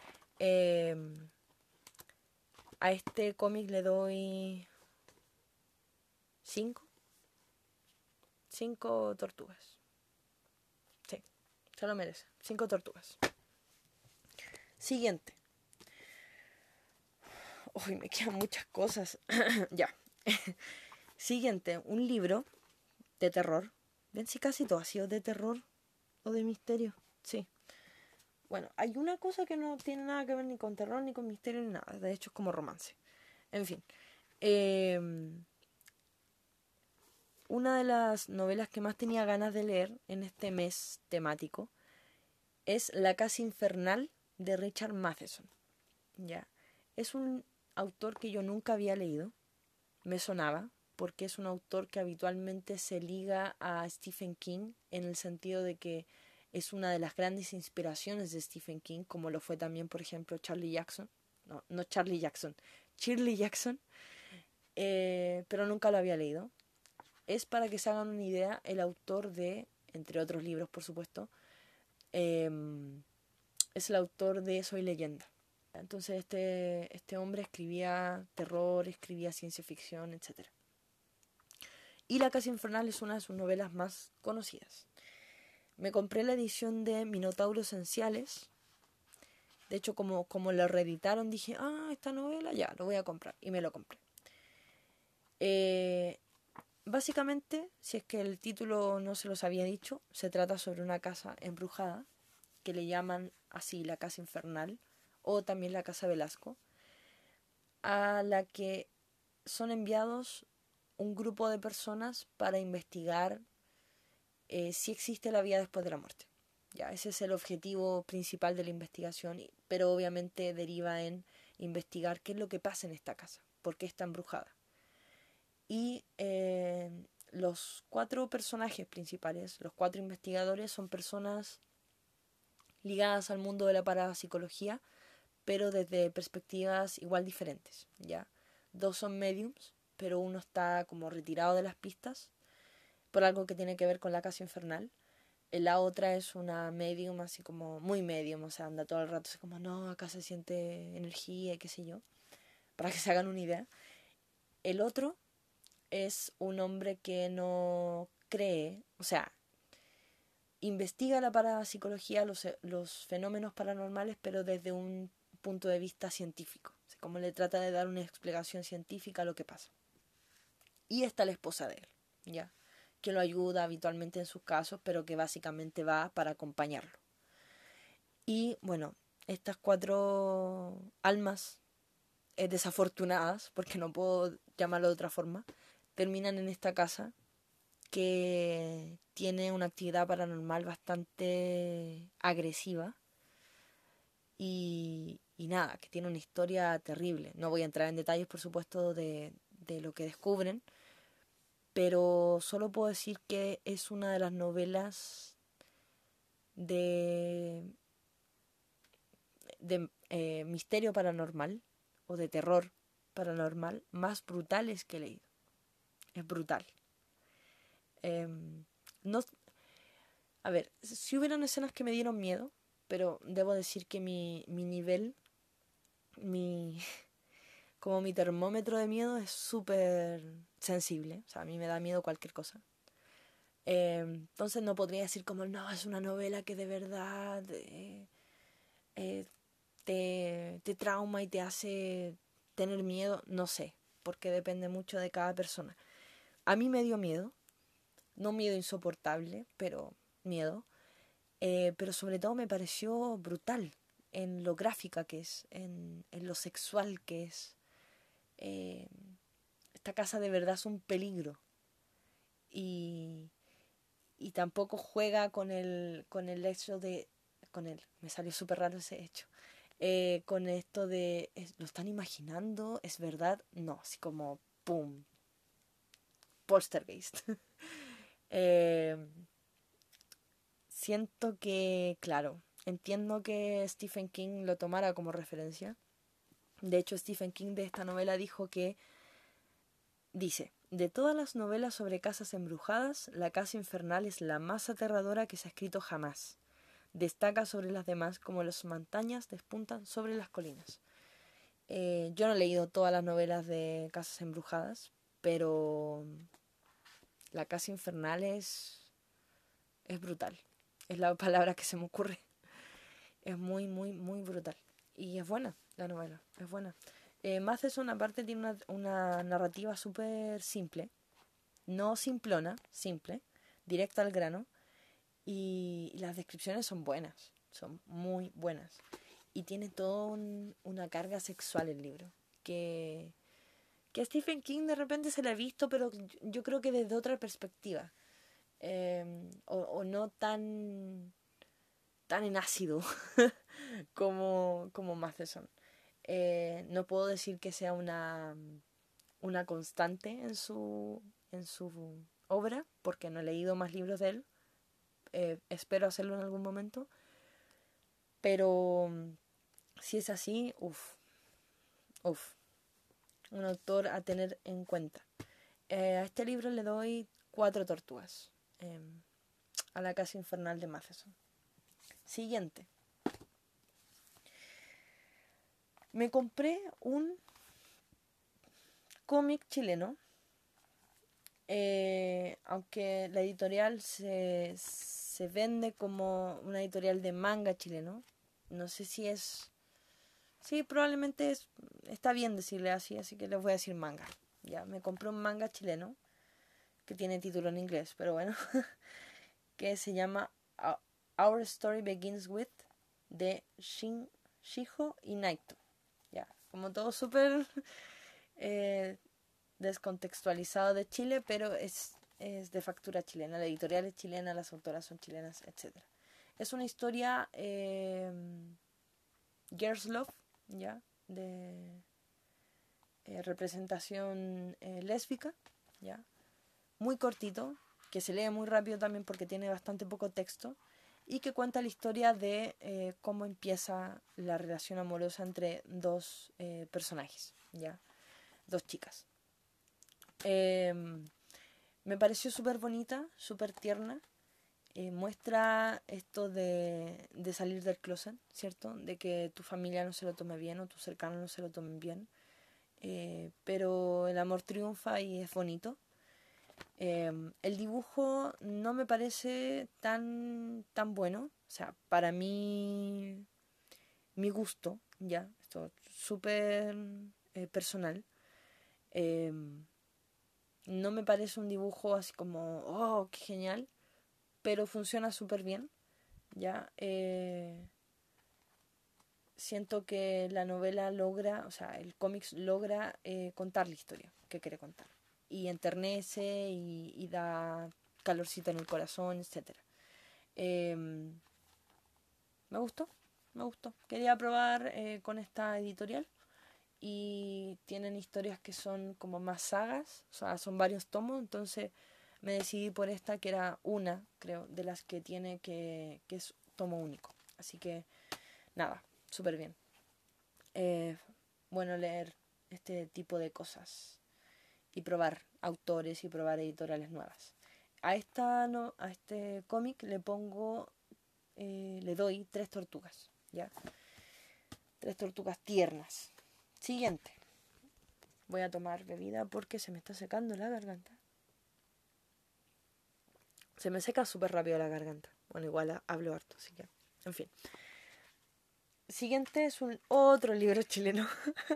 A: A este cómic le doy 5 tortugas. Sí, se lo merece. 5 tortugas. Siguiente. Uy, me quedan muchas cosas. Ya. Siguiente, un libro de terror. Ven si casi todo ha sido de terror o de misterio. Sí. Bueno, hay una cosa que no tiene nada que ver ni con terror ni con misterio ni nada. De hecho es como romance. En fin. Una de las novelas que más tenía ganas de leer en este mes temático es La Casa Infernal de Richard Matheson. ¿Ya? Es un autor que yo nunca había leído. Me sonaba, porque es un autor que habitualmente se liga a Stephen King en el sentido de que es una de las grandes inspiraciones de Stephen King, como lo fue también, por ejemplo, Charlie Jackson. No Charlie Jackson, Shirley Jackson. Pero nunca lo había leído. Es, para que se hagan una idea, el autor de, entre otros libros por supuesto, es el autor de Soy Leyenda. Entonces este hombre escribía terror, escribía ciencia ficción, etc. Y La Casa Infernal es una de sus novelas más conocidas. Me compré la edición de Minotauro Esenciales. De hecho, como lo reeditaron, dije, esta novela, ya, lo voy a comprar. Y me lo compré. Básicamente, si es que el título no se los había dicho, se trata sobre una casa embrujada, que le llaman así la Casa Infernal, o también la Casa Velasco, a la que son enviados un grupo de personas para investigar si existe la vida después de la muerte. Ya, ese es el objetivo principal de la investigación, pero obviamente deriva en investigar qué es lo que pasa en esta casa, por qué está embrujada. Y los 4 personajes principales, los 4 investigadores, son personas ligadas al mundo de la parapsicología, pero desde perspectivas igual diferentes, ¿ya? 2 son mediums, pero uno está como retirado de las pistas por algo que tiene que ver con la casa infernal. La otra es una medium, así como muy medium, o sea, anda todo el rato así como, no, acá se siente energía y qué sé yo, para que se hagan una idea. El otro es un hombre que no cree, o sea, investiga la parapsicología, los fenómenos paranormales, pero desde un punto de vista científico. O sea, como le trata de dar una explicación científica a lo que pasa. Y está la esposa de él, ¿ya? Que lo ayuda habitualmente en sus casos, pero que básicamente va para acompañarlo. Y bueno, estas 4 almas desafortunadas, porque no puedo llamarlo de otra forma, terminan en esta casa que tiene una actividad paranormal bastante agresiva y nada, que tiene una historia terrible. No voy a entrar en detalles, por supuesto, de lo que descubren, pero solo puedo decir que es una de las novelas de, de misterio paranormal o de terror paranormal más brutales que he leído. Es brutal. No, a ver, si hubieron escenas que me dieron miedo, pero debo decir que mi nivel, mi, como mi termómetro de miedo es súper sensible. O sea, a mí me da miedo cualquier cosa. Entonces no podría decir como, no, es una novela que de verdad eh, te trauma y te hace tener miedo. No sé, porque depende mucho de cada persona. A mí me dio miedo, no miedo insoportable, pero miedo. Pero sobre todo me pareció brutal en lo gráfica que es, en lo sexual que es. Eh, esta casa de verdad es un peligro y, y tampoco juega con el hecho de... me salió súper raro ese hecho. Con esto de, ¿lo están imaginando? ¿Es verdad? No, así como, ¡pum! Poltergeist. eh, Siento que, claro, entiendo que Stephen King lo tomara como referencia. De hecho, Stephen King de esta novela dijo que, dice, de todas las novelas sobre casas embrujadas, La Casa Infernal es la más aterradora que se ha escrito jamás. Destaca sobre las demás como las montañas despuntan sobre las colinas. Yo no he leído todas las novelas de Casas Embrujadas, pero La Casa Infernal es brutal. Es la palabra que se me ocurre. Es muy, muy, muy brutal. Y es buena la novela, es buena. Matheson aparte tiene una narrativa súper simple, no simplona, simple, directa al grano. Y las descripciones son buenas, son muy buenas. Y tiene toda una carga sexual el libro, que a Stephen King de repente se la ha visto, pero yo creo que desde otra perspectiva. O no tan en ácido como Matheson. No puedo decir que sea una constante en su obra, porque no he leído más libros de él. Espero hacerlo en algún momento. Pero si es así, uff, un autor a tener en cuenta. A este libro le doy 4 tortugas a la casa infernal de Matheson. Siguiente. Me compré un cómic chileno, aunque la editorial se vende como una editorial de manga chileno. No sé si es... Sí, probablemente está bien decirle así que les voy a decir manga. Ya, me compré un manga chileno que tiene título en inglés, pero bueno, que se llama Our Story Begins With, de Shijo y Naito. Ya, como todo súper descontextualizado de Chile, pero es de factura chilena. La editorial es chilena, las autoras son chilenas, etc. Es una historia Girls Love, ya, de representación lésbica, ya, muy cortito, que se lee muy rápido también porque tiene bastante poco texto, y que cuenta la historia de cómo empieza la relación amorosa entre dos personajes, ya, dos chicas. Me pareció súper bonita, súper tierna. Muestra esto de salir del closet, ¿cierto? De que tu familia no se lo tome bien o tus cercanos no se lo tomen bien. Pero el amor triunfa y es bonito. El dibujo no me parece tan bueno. O sea, para mí, mi gusto, ya, esto es súper personal. No me parece un dibujo así como, oh, qué genial, pero funciona súper bien, ya. Siento que la novela logra, o sea, el cómic logra contar la historia que quiere contar. Y enternece y da calorcito en el corazón, etc. Me gustó, me gustó. Quería probar con esta editorial y tienen historias que son como más sagas, o sea, son varios tomos, entonces me decidí por esta que era una, creo, de las que tiene que es tomo único. Así que, nada, súper bien. Bueno leer este tipo de cosas y probar autores y probar editoriales nuevas. A este cómic le pongo, le doy 3 tortugas, ¿ya? 3 tortugas tiernas. Siguiente. Voy a tomar bebida porque se me está secando la garganta. Se me seca súper rápido la garganta. Bueno, igual hablo harto, así que... En fin. Siguiente es un otro libro chileno.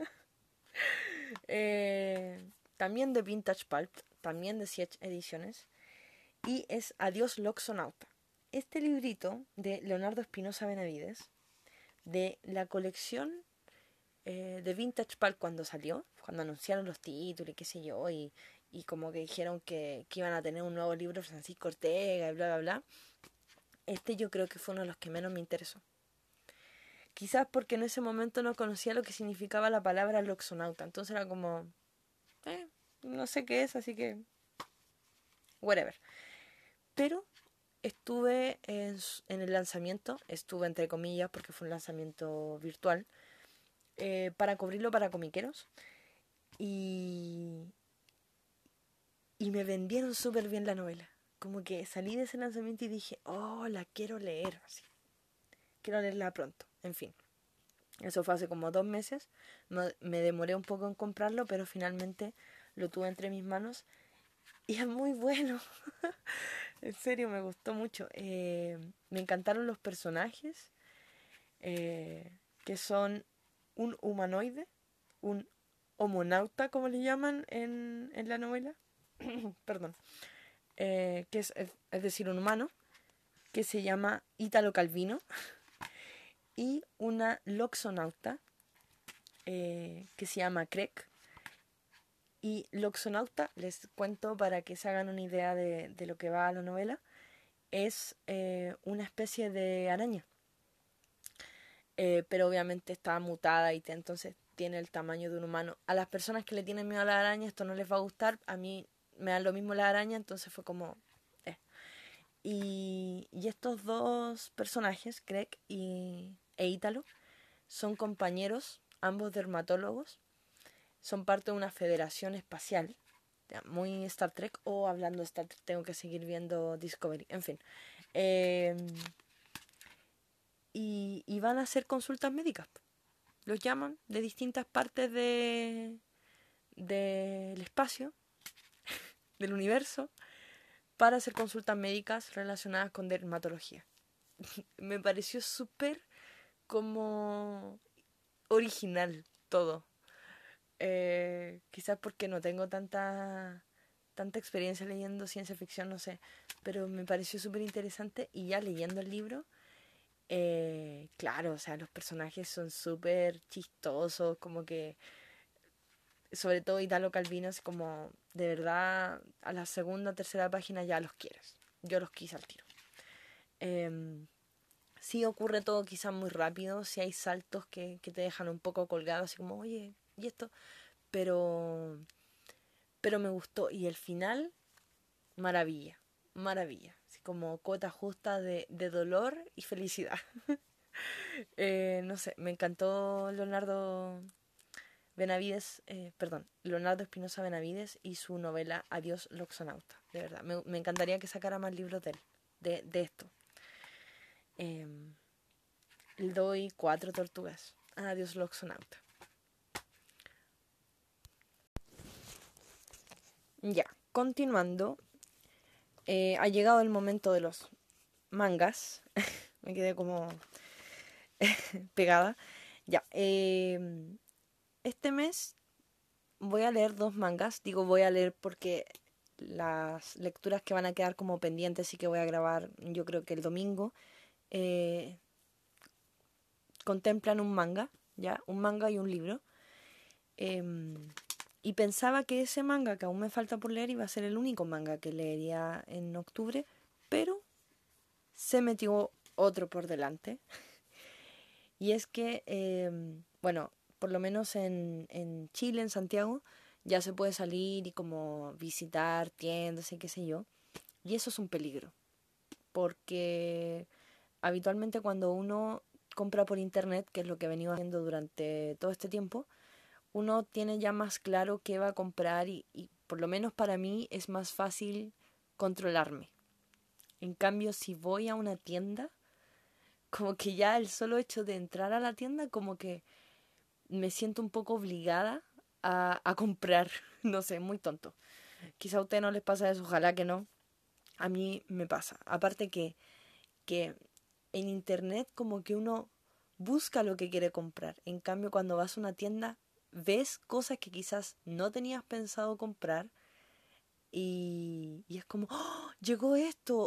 A: También de Vintage Pulp. También de Siete Ediciones. Y es Adiós Loxonauta. Este librito de Leonardo Espinosa Benavides, de la colección de Vintage Pulp cuando salió, cuando anunciaron los títulos y qué sé yo, y como que dijeron que iban a tener un nuevo libro Francisco Ortega y bla, bla, bla. Este yo creo que fue uno de los que menos me interesó. Quizás porque en ese momento no conocía lo que significaba la palabra loxonauta. Entonces era como, no sé qué es, así que, whatever. Pero estuve en el lanzamiento, estuve entre comillas porque fue un lanzamiento virtual, para cubrirlo para comiqueros. Y me vendieron súper bien la novela. Como que salí de ese lanzamiento y dije, oh, la quiero leer. Así. Quiero leerla pronto. En fin. Eso fue hace como 2 meses. Me demoré un poco en comprarlo, pero finalmente lo tuve entre mis manos. Y es muy bueno. En serio, me gustó mucho. Me encantaron los personajes. Que son un humanoide. Un homonauta, como le llaman en la novela. Perdón. Que es decir, un humano. Que se llama Ítalo Calvino. Y una loxonauta que se llama Craig. Y loxonauta, les cuento para que se hagan una idea de lo que va a la novela, es una especie de araña. Pero obviamente está mutada y entonces tiene el tamaño de un humano. A las personas que le tienen miedo a la araña esto no les va a gustar. A mí me da lo mismo la araña, entonces fue como... Y estos dos personajes, Craig e Ítalo, son compañeros, ambos dermatólogos, son parte de una federación espacial Ya, muy Star Trek, o hablando de Star Trek tengo que seguir viendo Discovery, en fin. Eh, y van a hacer consultas médicas. Los llaman de distintas partes del espacio, del universo, para hacer consultas médicas relacionadas con dermatología. Me pareció súper como original todo. Quizás porque no tengo tanta experiencia leyendo ciencia ficción, no sé, pero me pareció súper interesante y ya leyendo el libro, claro, o sea, los personajes son súper chistosos, como que, sobre todo Italo Calvino, es como, de verdad, a la segunda o tercera página ya los quieres. Yo los quise al tiro. Sí ocurre todo quizás muy rápido, sí hay saltos que te dejan un poco colgado, así como, oye, ¿y esto? Pero, pero me gustó. Y el final, maravilla, maravilla. Así como cuota justa de dolor y felicidad. No sé, me encantó Leonardo Espinosa Benavides y su novela Adiós Loxonauta. De verdad, me encantaría que sacara más libros de él, de esto. Eh, le doy 4 tortugas. Adiós Loxonauta. Ya, continuando, ha llegado el momento de los mangas. Me quedé como pegada. Ya, este mes voy a leer 2 mangas. Digo voy a leer porque las lecturas que van a quedar como pendientes y que voy a grabar yo creo que el domingo eh, contemplan un manga, ¿ya? Un manga y un libro. Y pensaba que ese manga que aún me falta por leer iba a ser el único manga que leería en octubre, pero se metió otro por delante. Y es que, bueno, por lo menos en Chile, en Santiago, ya se puede salir y como visitar tiendas y qué sé yo. Y eso es un peligro, porque habitualmente cuando uno compra por internet, que es lo que he venido haciendo durante todo este tiempo, uno tiene ya más claro qué va a comprar y por lo menos para mí es más fácil controlarme. En cambio, si voy a una tienda, como que ya el solo hecho de entrar a la tienda, como que me siento un poco obligada a comprar. No sé, muy tonto. Quizá a ustedes no les pasa eso, ojalá que no. A mí me pasa. Aparte que en internet como que uno busca lo que quiere comprar. En cambio, cuando vas a una tienda, ves cosas que quizás no tenías pensado comprar y es como, ¡oh! Llegó esto,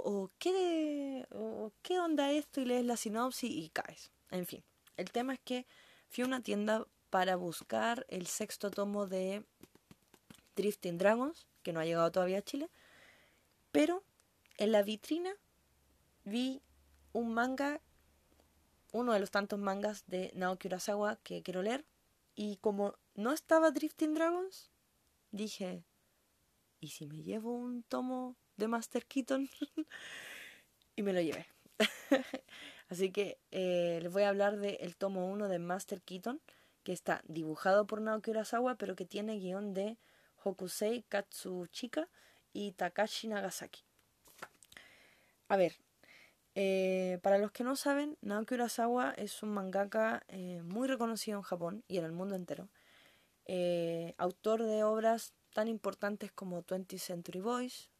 A: o qué onda esto, y lees la sinopsis y caes. En fin, el tema es que fui a una tienda para buscar el sexto tomo de Drifting Dragons, que no ha llegado todavía a Chile, pero en la vitrina vi un manga, uno de los tantos mangas de Naoki Urasawa que quiero leer, y como no estaba Drifting Dragons, dije, ¿y si me llevo un tomo de Master Keaton? Y me lo llevé. Así que les voy a hablar del tomo 1 de Master Keaton, que está dibujado por Naoki Urasawa, pero que tiene guión de Hokusei Katsuchika y Takashi Nagasaki. A ver, para los que no saben, Naoki Urasawa es un mangaka muy reconocido en Japón y en el mundo entero. Autor de obras tan importantes como 20th Century Boys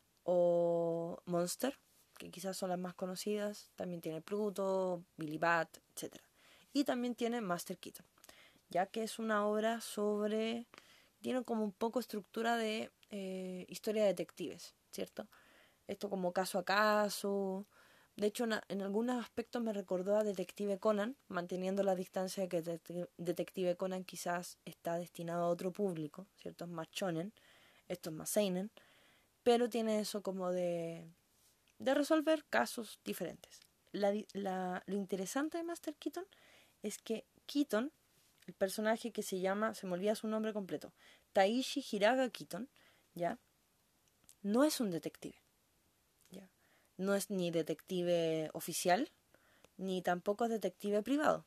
A: o Monster, que quizás son las más conocidas. También tiene Pluto, Billy Bat, etc. Y también tiene Master Keaton, ya que es una obra sobre... Tiene como un poco estructura de historia de detectives, ¿cierto? Esto como caso a caso. De hecho, en algunos aspectos me recordó a Detective Conan, manteniendo la distancia de que Detective Conan quizás está destinado a otro público, ¿cierto? Es más shonen, esto es más seinen, pero tiene eso como de resolver casos diferentes. Lo interesante de Master Keaton es que Keaton, el personaje que se llama, se me olvida su nombre completo, Taishi Hiraga Keaton, ¿ya? No es un detective, ¿ya? No es ni detective oficial, ni tampoco es detective privado.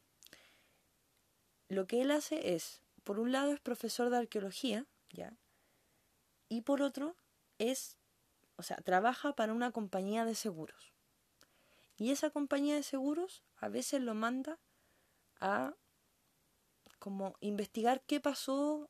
A: Lo que él hace es, por un lado es profesor de arqueología, ¿ya? y por otro trabaja para una compañía de seguros. Y esa compañía de seguros a veces lo manda a como investigar qué pasó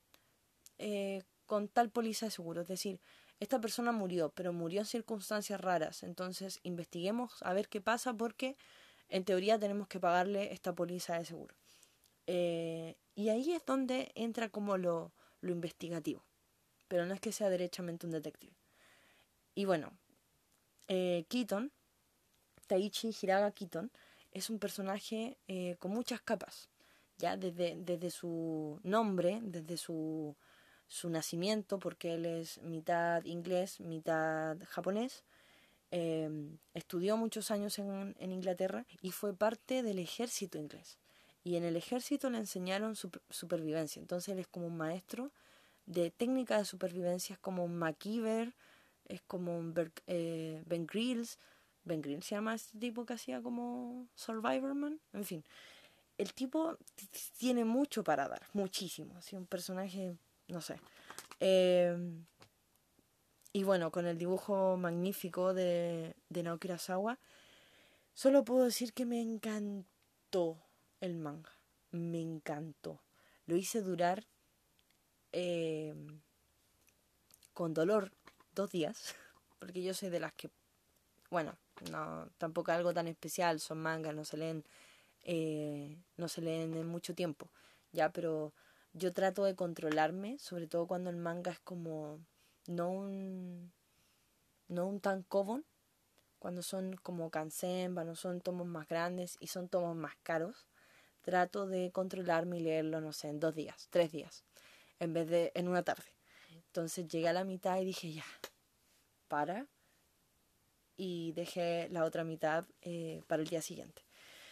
A: con tal póliza de seguro. Es decir, esta persona murió, pero murió en circunstancias raras. Entonces investiguemos a ver qué pasa porque en teoría tenemos que pagarle esta póliza de seguro. Y ahí es donde entra como lo investigativo. Pero no es que sea derechamente un detective. Y bueno, Keaton, Taichi Hiraga Keaton, es un personaje con muchas capas. Ya desde su nombre, desde su nacimiento, porque él es mitad inglés, mitad japonés. Estudió muchos años en Inglaterra y fue parte del ejército inglés. Y en el ejército le enseñaron supervivencia. Entonces él es como un maestro de técnica de supervivencia, es como un MacGyver, es como un Ben Grills. Ben Grills se llama este tipo que hacía como Survivorman. En fin, el tipo tiene mucho para dar, muchísimo. Así un personaje, no sé. Eh, y bueno, con el dibujo magnífico de Naoki Urasawa, solo puedo decir que me encantó el manga. Me encantó. Lo hice durar eh, con dolor 2 días, porque yo soy de las que, bueno, no, tampoco algo tan especial, son mangas, no se leen en mucho tiempo, ya, pero yo trato de controlarme, sobre todo cuando el manga es como no un tankobon, cuando son como kansenba, no son tomos más grandes y son tomos más caros, trato de controlarme y leerlo, no sé, en 2 días, 3 días, en vez de en una tarde. Entonces llegué a la mitad y dije, ya, para, y dejé la otra mitad para el día siguiente.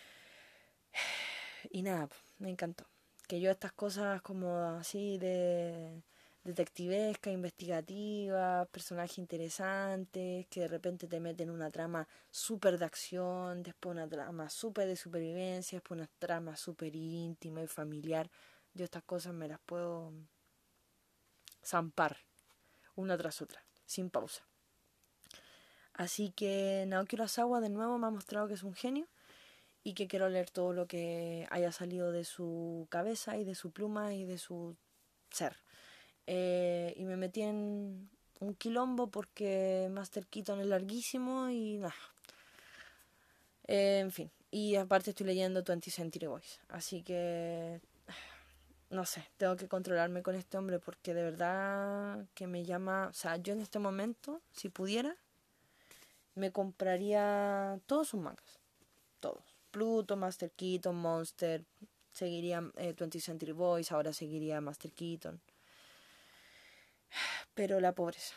A: Y nada, me encantó. Que yo estas cosas como así de detectivesca, investigativa, personajes interesantes, que de repente te meten una trama súper de acción, después una trama súper de supervivencia, después una trama súper íntima y familiar. Yo estas cosas me las puedo zampar una tras otra, sin pausa. Así que Naoki Urasawa de nuevo me ha mostrado que es un genio y que quiero leer todo lo que haya salido de su cabeza y de su pluma y de su ser. Y me metí en un quilombo porque Master Keaton es larguísimo y nada. En fin, y aparte estoy leyendo 20th Century Boys, así que no sé, tengo que controlarme con este hombre porque de verdad que me llama, o sea, yo en este momento, si pudiera, me compraría todos sus mangas, todos. Pluto, Master Keaton, Monster, seguiría 20th Century Boys, ahora seguiría Master Keaton. Pero la pobreza.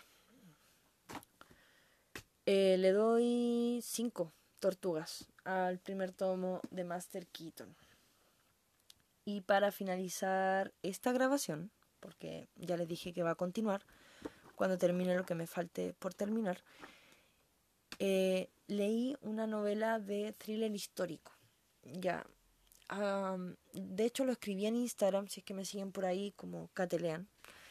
A: Le doy 5 tortugas al primer tomo de Master Keaton. Y para finalizar esta grabación, porque ya les dije que va a continuar, cuando termine lo que me falte por terminar, leí una novela de thriller histórico. Ya. De hecho lo escribí en Instagram, si es que me siguen por ahí como Catelean.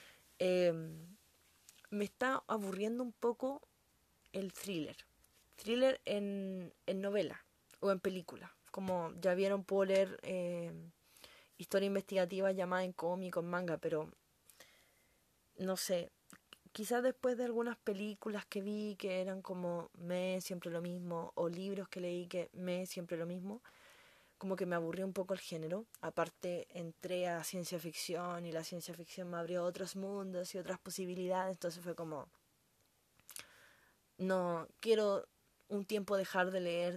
A: Me está aburriendo un poco el thriller. Thriller en novela o en película. Como ya vieron, puedo leer historia investigativa llamada en cómic o en manga, pero no sé. Quizás después de algunas películas que vi que eran como me siempre lo mismo, o libros que leí que me siempre lo mismo, como que me aburrió un poco el género. Aparte entré a ciencia ficción y la ciencia ficción me abrió otros mundos y otras posibilidades, entonces fue como, no, quiero un tiempo dejar de leer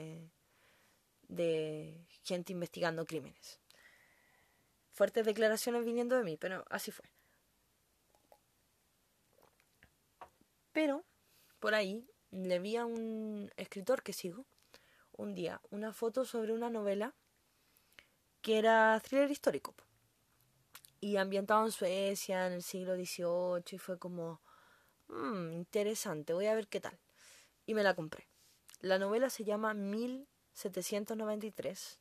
A: de gente investigando crímenes. Fuertes declaraciones viniendo de mí, pero así fue. Pero por ahí le vi a un escritor que sigo un día una foto sobre una novela que era thriller histórico y ambientado en Suecia en el siglo XVIII y fue como interesante, voy a ver qué tal. Y me la compré. La novela se llama 1793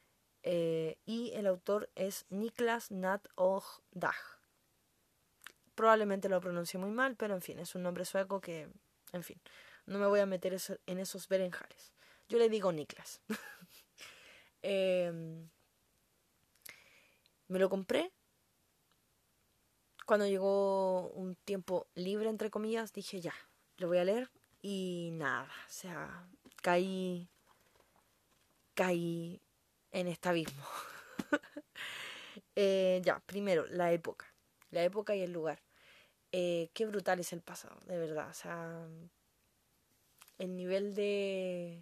A: y el autor es Niklas Natt och Dag. Probablemente lo pronuncié muy mal, pero en fin, es un nombre sueco que, en fin, no me voy a meter en esos berenjales. Yo le digo Niklas. Me lo compré. Cuando llegó un tiempo libre, entre comillas, dije ya, lo voy a leer. Y nada, o sea, caí en este abismo. Ya, primero, la época. La época y el lugar. Qué brutal es el pasado, de verdad. O sea, el nivel de...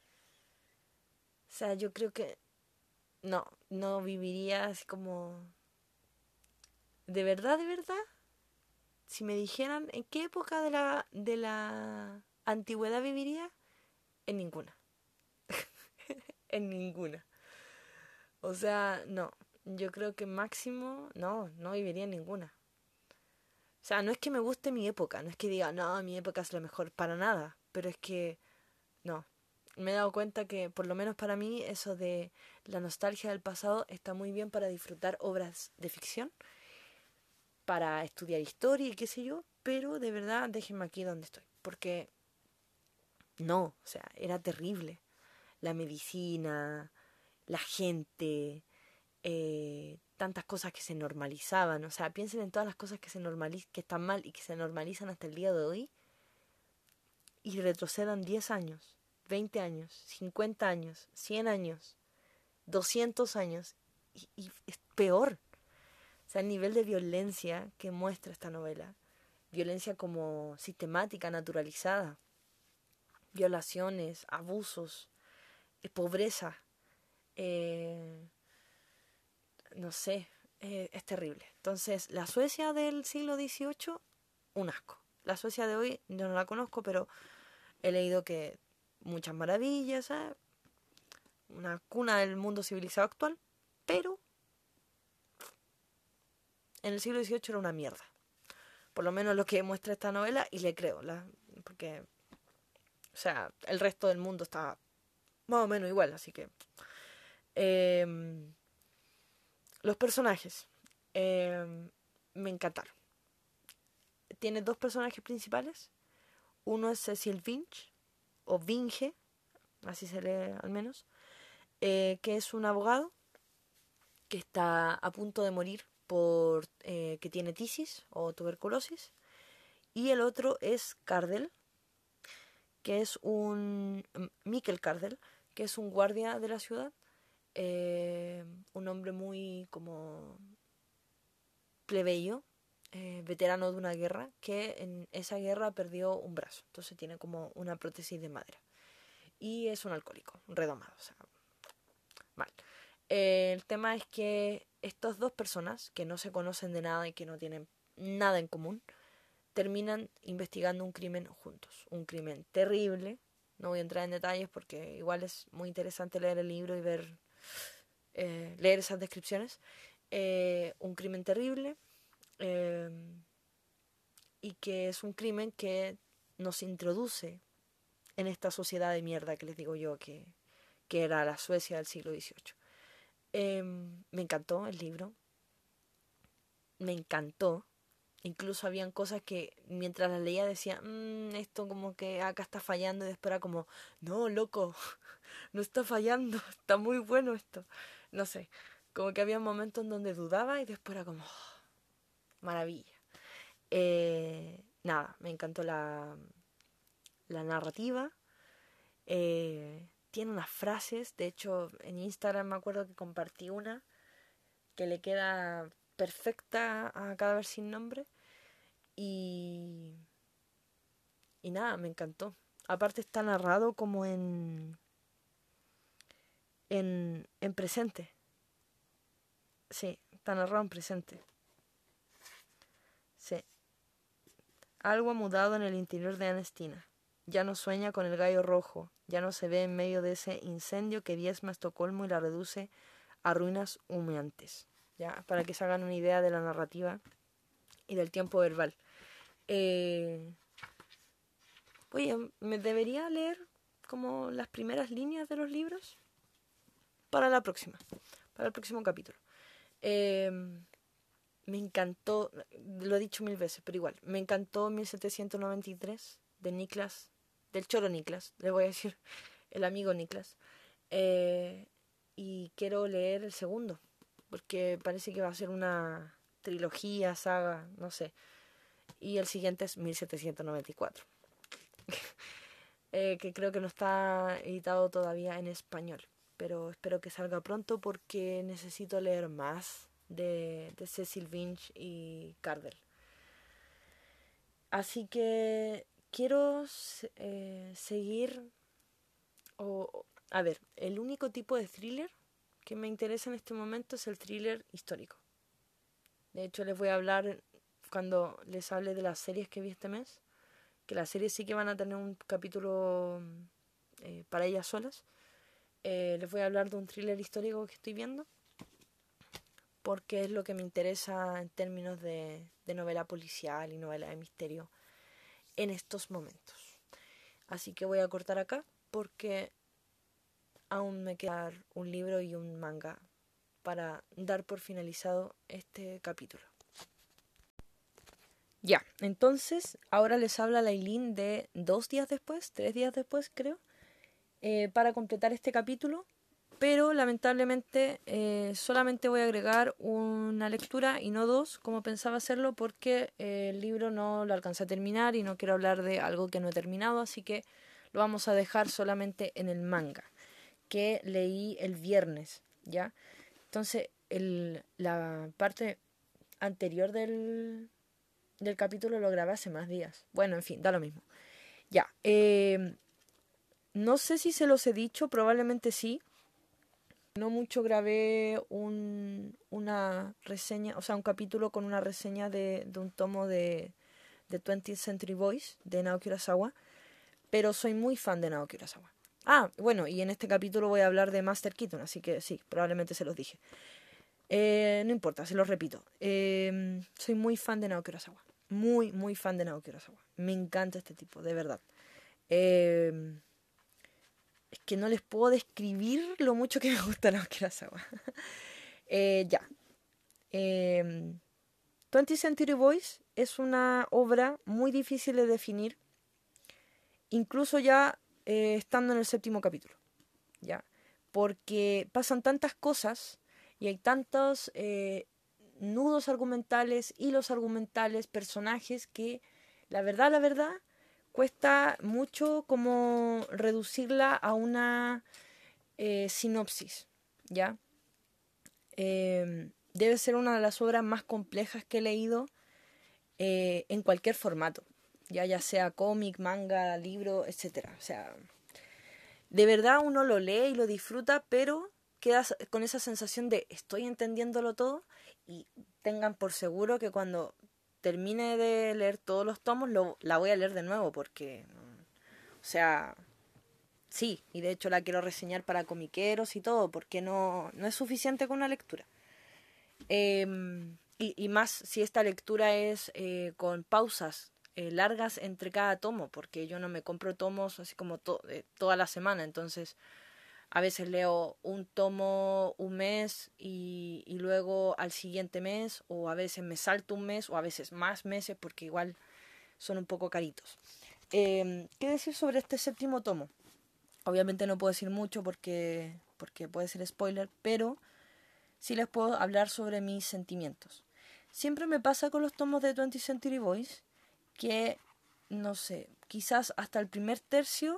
A: O sea, yo creo que no viviría así como... De verdad, si me dijeran en qué época de la antigüedad viviría, en ninguna. En ninguna. O sea, no. Yo creo que máximo, no viviría en ninguna. O sea, no es que me guste mi época, no es que diga, no, mi época es la mejor, para nada. Pero es que, no. Me he dado cuenta que, por lo menos para mí, eso de la nostalgia del pasado está muy bien para disfrutar obras de ficción, para estudiar historia y qué sé yo, pero de verdad déjenme aquí donde estoy. Porque, no, o sea, era terrible. La medicina, la gente, tantas cosas que se normalizaban. O sea, piensen en todas las cosas que que están mal y que se normalizan hasta el día de hoy y retrocedan 10 años, 20 años, 50 años, 100 años, 200 años y es peor. O sea, el nivel de violencia que muestra esta novela, violencia como sistemática, naturalizada, violaciones, abusos, pobreza, eh, no sé, es terrible. Entonces, la Suecia del siglo XVIII, un asco. La Suecia de hoy yo no la conozco, pero he leído que muchas maravillas, ¿eh? Una cuna del mundo civilizado actual, pero en el siglo XVIII era una mierda. Por lo menos lo que muestra esta novela, y le creo, porque, o sea, el resto del mundo está más o menos igual, así que... Eh, los personajes me encantaron. Tiene dos personajes principales. Uno es Cecil Vinge, o Vinge, así se lee al menos, que es un abogado que está a punto de morir por que tiene tisis o tuberculosis. Y el otro es Cardell, que es Mikkel Cardell, que es un guardia de la ciudad, un hombre muy como plebeyo, veterano de una guerra, que en esa guerra perdió un brazo, entonces tiene como una prótesis de madera. Y es un alcohólico, redomado, o sea, mal. El tema es que estas dos personas, que no se conocen de nada y que no tienen nada en común, terminan investigando un crimen juntos. Un crimen terrible. No voy a entrar en detalles porque igual es muy interesante leer el libro y leer esas descripciones. Un crimen terrible, eh, y que es un crimen que nos introduce en esta sociedad de mierda que les digo yo que era la Suecia del siglo XVIII. Me encantó el libro, me encantó. Incluso habían cosas que mientras las leía decía, esto como que acá está fallando, y después era como, no, loco, no está fallando, está muy bueno esto. No sé, como que había momentos en donde dudaba y después era como, "Oh, maravilla". Nada, me encantó la narrativa. Tiene unas frases, de hecho en Instagram me acuerdo que compartí una que le queda perfecta a Cadáver sin nombre y, y nada, me encantó. Aparte está narrado como en presente. Sí, está narrado en presente. Sí. Algo ha mudado en el interior de Anestina. Ya no sueña con el gallo rojo, ya no se ve en medio de ese incendio que diezma Estocolmo y la reduce a ruinas humeantes. Ya, para que se hagan una idea de la narrativa y del tiempo verbal. Oye, ¿me debería leer como las primeras líneas de los libros? Para la próxima, para el próximo capítulo. Eh, me encantó, lo he dicho mil veces, pero igual, me encantó 1793 de Niklas, del Choro Niklas, le voy a decir, el amigo Niklas. Eh, y quiero leer el segundo, porque parece que va a ser una trilogía, saga, no sé. Y el siguiente es 1794, que creo que no está editado todavía en español, pero espero que salga pronto porque necesito leer más de Cecil Winch y Cardell. Así que quiero seguir, a ver, el único tipo de thriller que me interesa en este momento es el thriller histórico. De hecho, les voy a hablar cuando les hable de las series que vi este mes, que las series sí que van a tener un capítulo para ellas solas. Les voy a hablar de un thriller histórico que estoy viendo, porque es lo que me interesa en términos de novela policial y novela de misterio en estos momentos. Así que voy a cortar acá porque aún me queda un libro y un manga para dar por finalizado este capítulo. Ya, entonces ahora les habla Lailin de 2 días después, 3 días después creo, para completar este capítulo, pero lamentablemente solamente voy a agregar una lectura y no dos, como pensaba hacerlo, porque el libro no lo alcancé a terminar y no quiero hablar de algo que no he terminado, así que lo vamos a dejar solamente en el manga, que leí el viernes, ¿ya? Entonces, la parte anterior del capítulo lo grabé hace más días. Bueno, en fin, da lo mismo. Ya, no sé si se los he dicho, probablemente sí. No mucho grabé una reseña, o sea, un capítulo con una reseña de un tomo de 20th Century Boys de Naoki Urasawa, pero soy muy fan de Naoki Urasawa. Ah, bueno, y en este capítulo voy a hablar de Master Keaton, así que sí, probablemente se los dije. No importa, se los repito. Soy muy fan de Naoki Urasawa. Muy, muy fan de Naoki Urasawa. Me encanta este tipo, de verdad. Eh, es que no les puedo describir lo mucho que me gusta Naoki Urasawa. Ya. 20th Century Boys es una obra muy difícil de definir, incluso ya estando en el séptimo capítulo. ¿Ya? Porque pasan tantas cosas y hay tantos nudos argumentales, hilos argumentales, personajes que la verdad, cuesta mucho como reducirla a una sinopsis, ¿ya? Debe ser una de las obras más complejas que he leído en cualquier formato, ya sea cómic, manga, libro, etcétera. O sea, de verdad uno lo lee y lo disfruta, pero quedas con esa sensación de estoy entendiéndolo todo y tengan por seguro que cuando termine de leer todos los tomos la voy a leer de nuevo porque, o sea, sí, y de hecho la quiero reseñar para comiqueros y todo porque no es suficiente con una lectura. Y más si esta lectura es con pausas largas entre cada tomo, porque yo no me compro tomos así como toda la semana, entonces a veces leo un tomo un mes y luego al siguiente mes, o a veces me salto un mes, o a veces más meses, porque igual son un poco caritos. ¿Qué decir sobre este séptimo tomo? Obviamente no puedo decir mucho porque puede ser spoiler, pero sí les puedo hablar sobre mis sentimientos. Siempre me pasa con los tomos de 20th Century Boys que, no sé, quizás hasta el primer tercio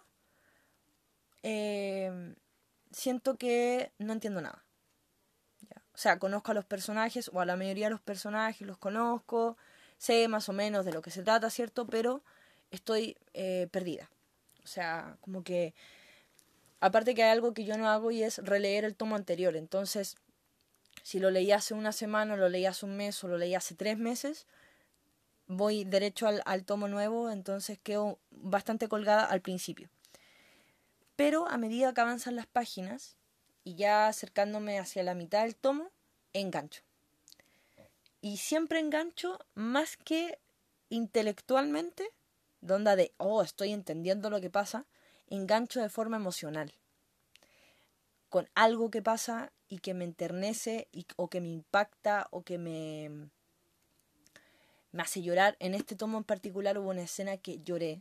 A: siento que no entiendo nada. ¿Ya? O sea, conozco a los personajes, o a la mayoría de los personajes los conozco, sé más o menos de lo que se trata, ¿cierto? Pero estoy perdida. O sea, como que, aparte que hay algo que yo no hago y es releer el tomo anterior. Entonces, si lo leí hace una semana, o lo leí hace un mes, o lo leí hace 3 meses, voy derecho al tomo nuevo, entonces quedo bastante colgada al principio. Pero a medida que avanzan las páginas, y ya acercándome hacia la mitad del tomo, engancho. Y siempre engancho más que intelectualmente, donde de, oh, estoy entendiendo lo que pasa, engancho de forma emocional. Con algo que pasa y que me enternece o que me impacta o que me me hace llorar. En este tomo en particular hubo una escena que lloré.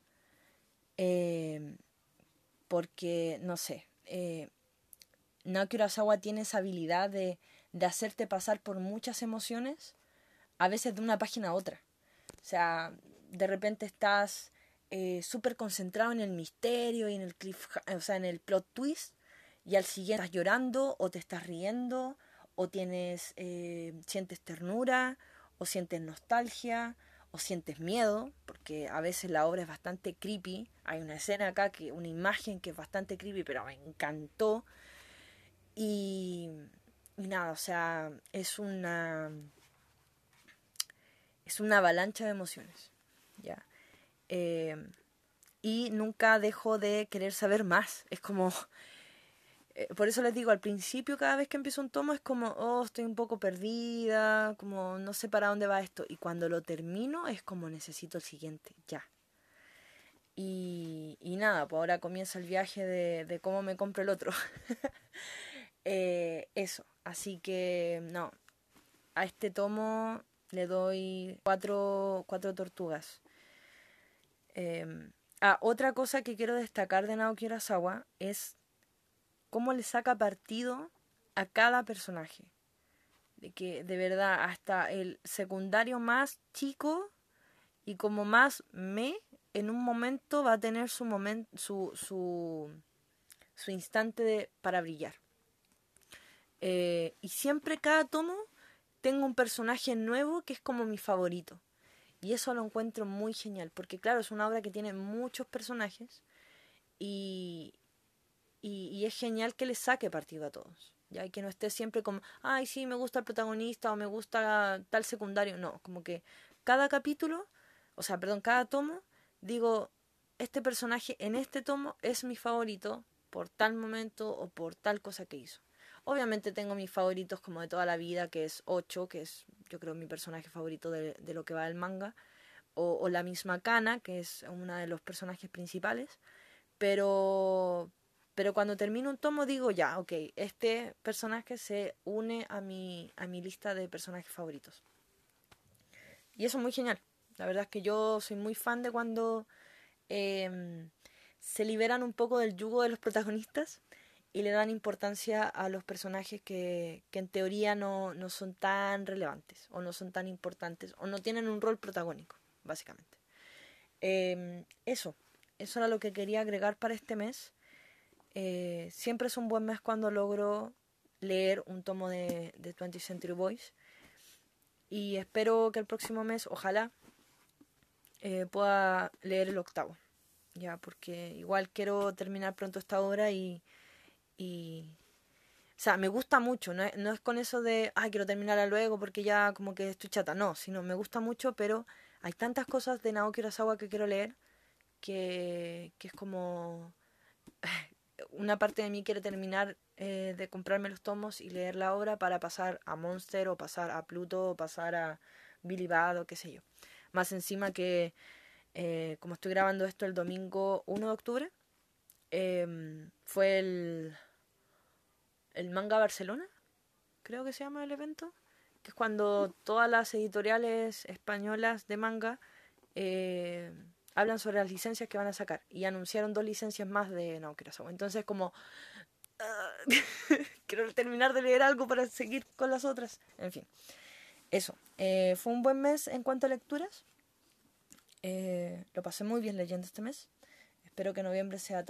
A: Porque, no sé, Naoki Urasawa tiene esa habilidad de hacerte pasar por muchas emociones, a veces de una página a otra. O sea, de repente estás súper concentrado en el misterio y en el o sea, en el plot twist, y al siguiente estás llorando o te estás riendo o sientes ternura o sientes nostalgia o sientes miedo, porque a veces la obra es bastante creepy. Hay una escena acá, una imagen que es bastante creepy, pero me encantó. Y, y nada, o sea, es una avalancha de emociones, ¿ya? Eh, y nunca dejo de querer saber más. Es como, por eso les digo, al principio cada vez que empiezo un tomo es como, oh, estoy un poco perdida, como no sé para dónde va esto. Y cuando lo termino es como necesito el siguiente, ya. Y nada, pues ahora comienza el viaje de cómo me compro el otro. Eso, así que no, a este tomo le doy cuatro tortugas. Otra cosa que quiero destacar de Naoki Urasawa es cómo le saca partido a cada personaje. De que de verdad hasta el secundario más chico y como más en un momento va a tener su momento, su instante para brillar. Y siempre cada tomo tengo un personaje nuevo que es como mi favorito. Y eso lo encuentro muy genial, porque claro, es una obra que tiene muchos personajes y, y es genial que le saque partido a todos. Ya y que no esté siempre como, ay, sí, me gusta el protagonista o me gusta tal secundario. No, como que cada capítulo, o sea, perdón, cada tomo, digo, este personaje en este tomo es mi favorito por tal momento o por tal cosa que hizo. Obviamente tengo mis favoritos como de toda la vida, que es Ocho, que es yo creo mi personaje favorito de lo que va del manga, o la misma Kana, que es una de los personajes principales, pero, pero cuando termino un tomo digo ya, ok, este personaje se une a mi lista de personajes favoritos. Y eso es muy genial. La verdad es que yo soy muy fan de cuando eh, se liberan un poco del yugo de los protagonistas y le dan importancia a los personajes que en teoría no son tan relevantes o no son tan importantes o no tienen un rol protagónico, básicamente. Eso, eso era lo que quería agregar para este mes. Siempre es un buen mes cuando logro leer un tomo de 20th Century Boys y espero que el próximo mes, ojalá, pueda leer el octavo, ya, porque igual quiero terminar pronto esta obra y o sea, me gusta mucho, no es con eso de, ay, quiero terminarla luego porque ya como que estoy chata, no, sino me gusta mucho, pero hay tantas cosas de Naoki Urasawa que quiero leer que es como una parte de mí quiere terminar de comprarme los tomos y leer la obra para pasar a Monster o pasar a Pluto o pasar a Billy Bad o qué sé yo. Más encima que, como estoy grabando esto el domingo 1 de octubre, fue el Manga Barcelona, creo que se llama el evento, que es cuando todas las editoriales españolas de manga eh, hablan sobre las licencias que van a sacar y anunciaron 2 licencias más de Naoki Urasawa. Entonces como quiero terminar de leer algo para seguir con las otras. En fin, eso. Fue un buen mes en cuanto a lecturas. Lo pasé muy bien leyendo este mes. Espero que noviembre sea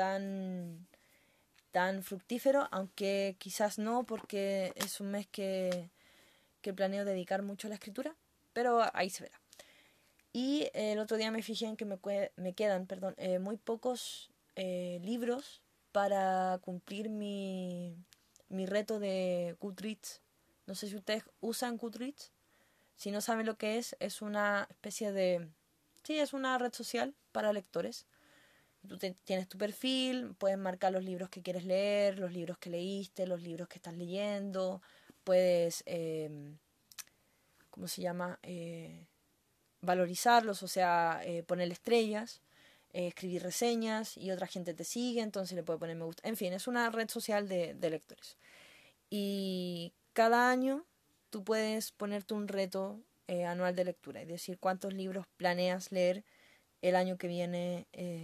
A: tan fructífero, aunque quizás no, porque es un mes que planeo dedicar mucho a la escritura, pero ahí se verá. Y el otro día me fijé en que me quedan muy pocos libros para cumplir mi reto de Goodreads. No sé si ustedes usan Goodreads. Si no saben lo que es una especie de... Sí, es una red social para lectores. Tú tienes tu perfil, puedes marcar los libros que quieres leer, los libros que leíste, los libros que estás leyendo. Puedes, ¿cómo se llama? Valorizarlos, o sea, ponerle estrellas, escribir reseñas y otra gente te sigue, entonces le puede poner me gusta. En fin, es una red social de lectores. Y cada año tú puedes ponerte un reto anual de lectura, es decir, cuántos libros planeas leer el año que viene.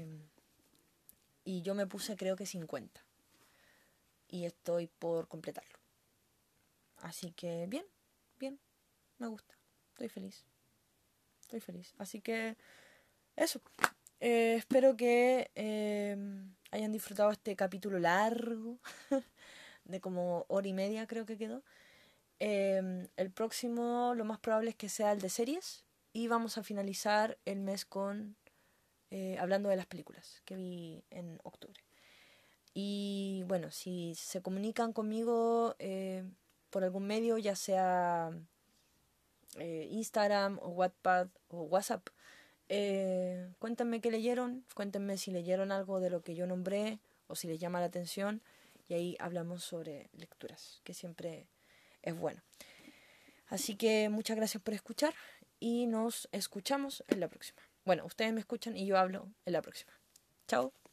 A: Y yo me puse creo que 50 y estoy por completarlo. Así que bien, bien, me gusta, estoy feliz. Estoy feliz. Así que eso. Espero que hayan disfrutado este capítulo largo, de como hora y media creo que quedó. El próximo lo más probable es que sea el de series y vamos a finalizar el mes con hablando de las películas que vi en octubre. Y bueno, si se comunican conmigo por algún medio, ya sea Instagram o Wattpad o WhatsApp, cuéntenme qué leyeron, cuéntenme si leyeron algo de lo que yo nombré o si les llama la atención y ahí hablamos sobre lecturas, que siempre es bueno. Así que muchas gracias por escuchar y nos escuchamos en la próxima. Bueno, ustedes me escuchan y yo hablo en la próxima. Chao.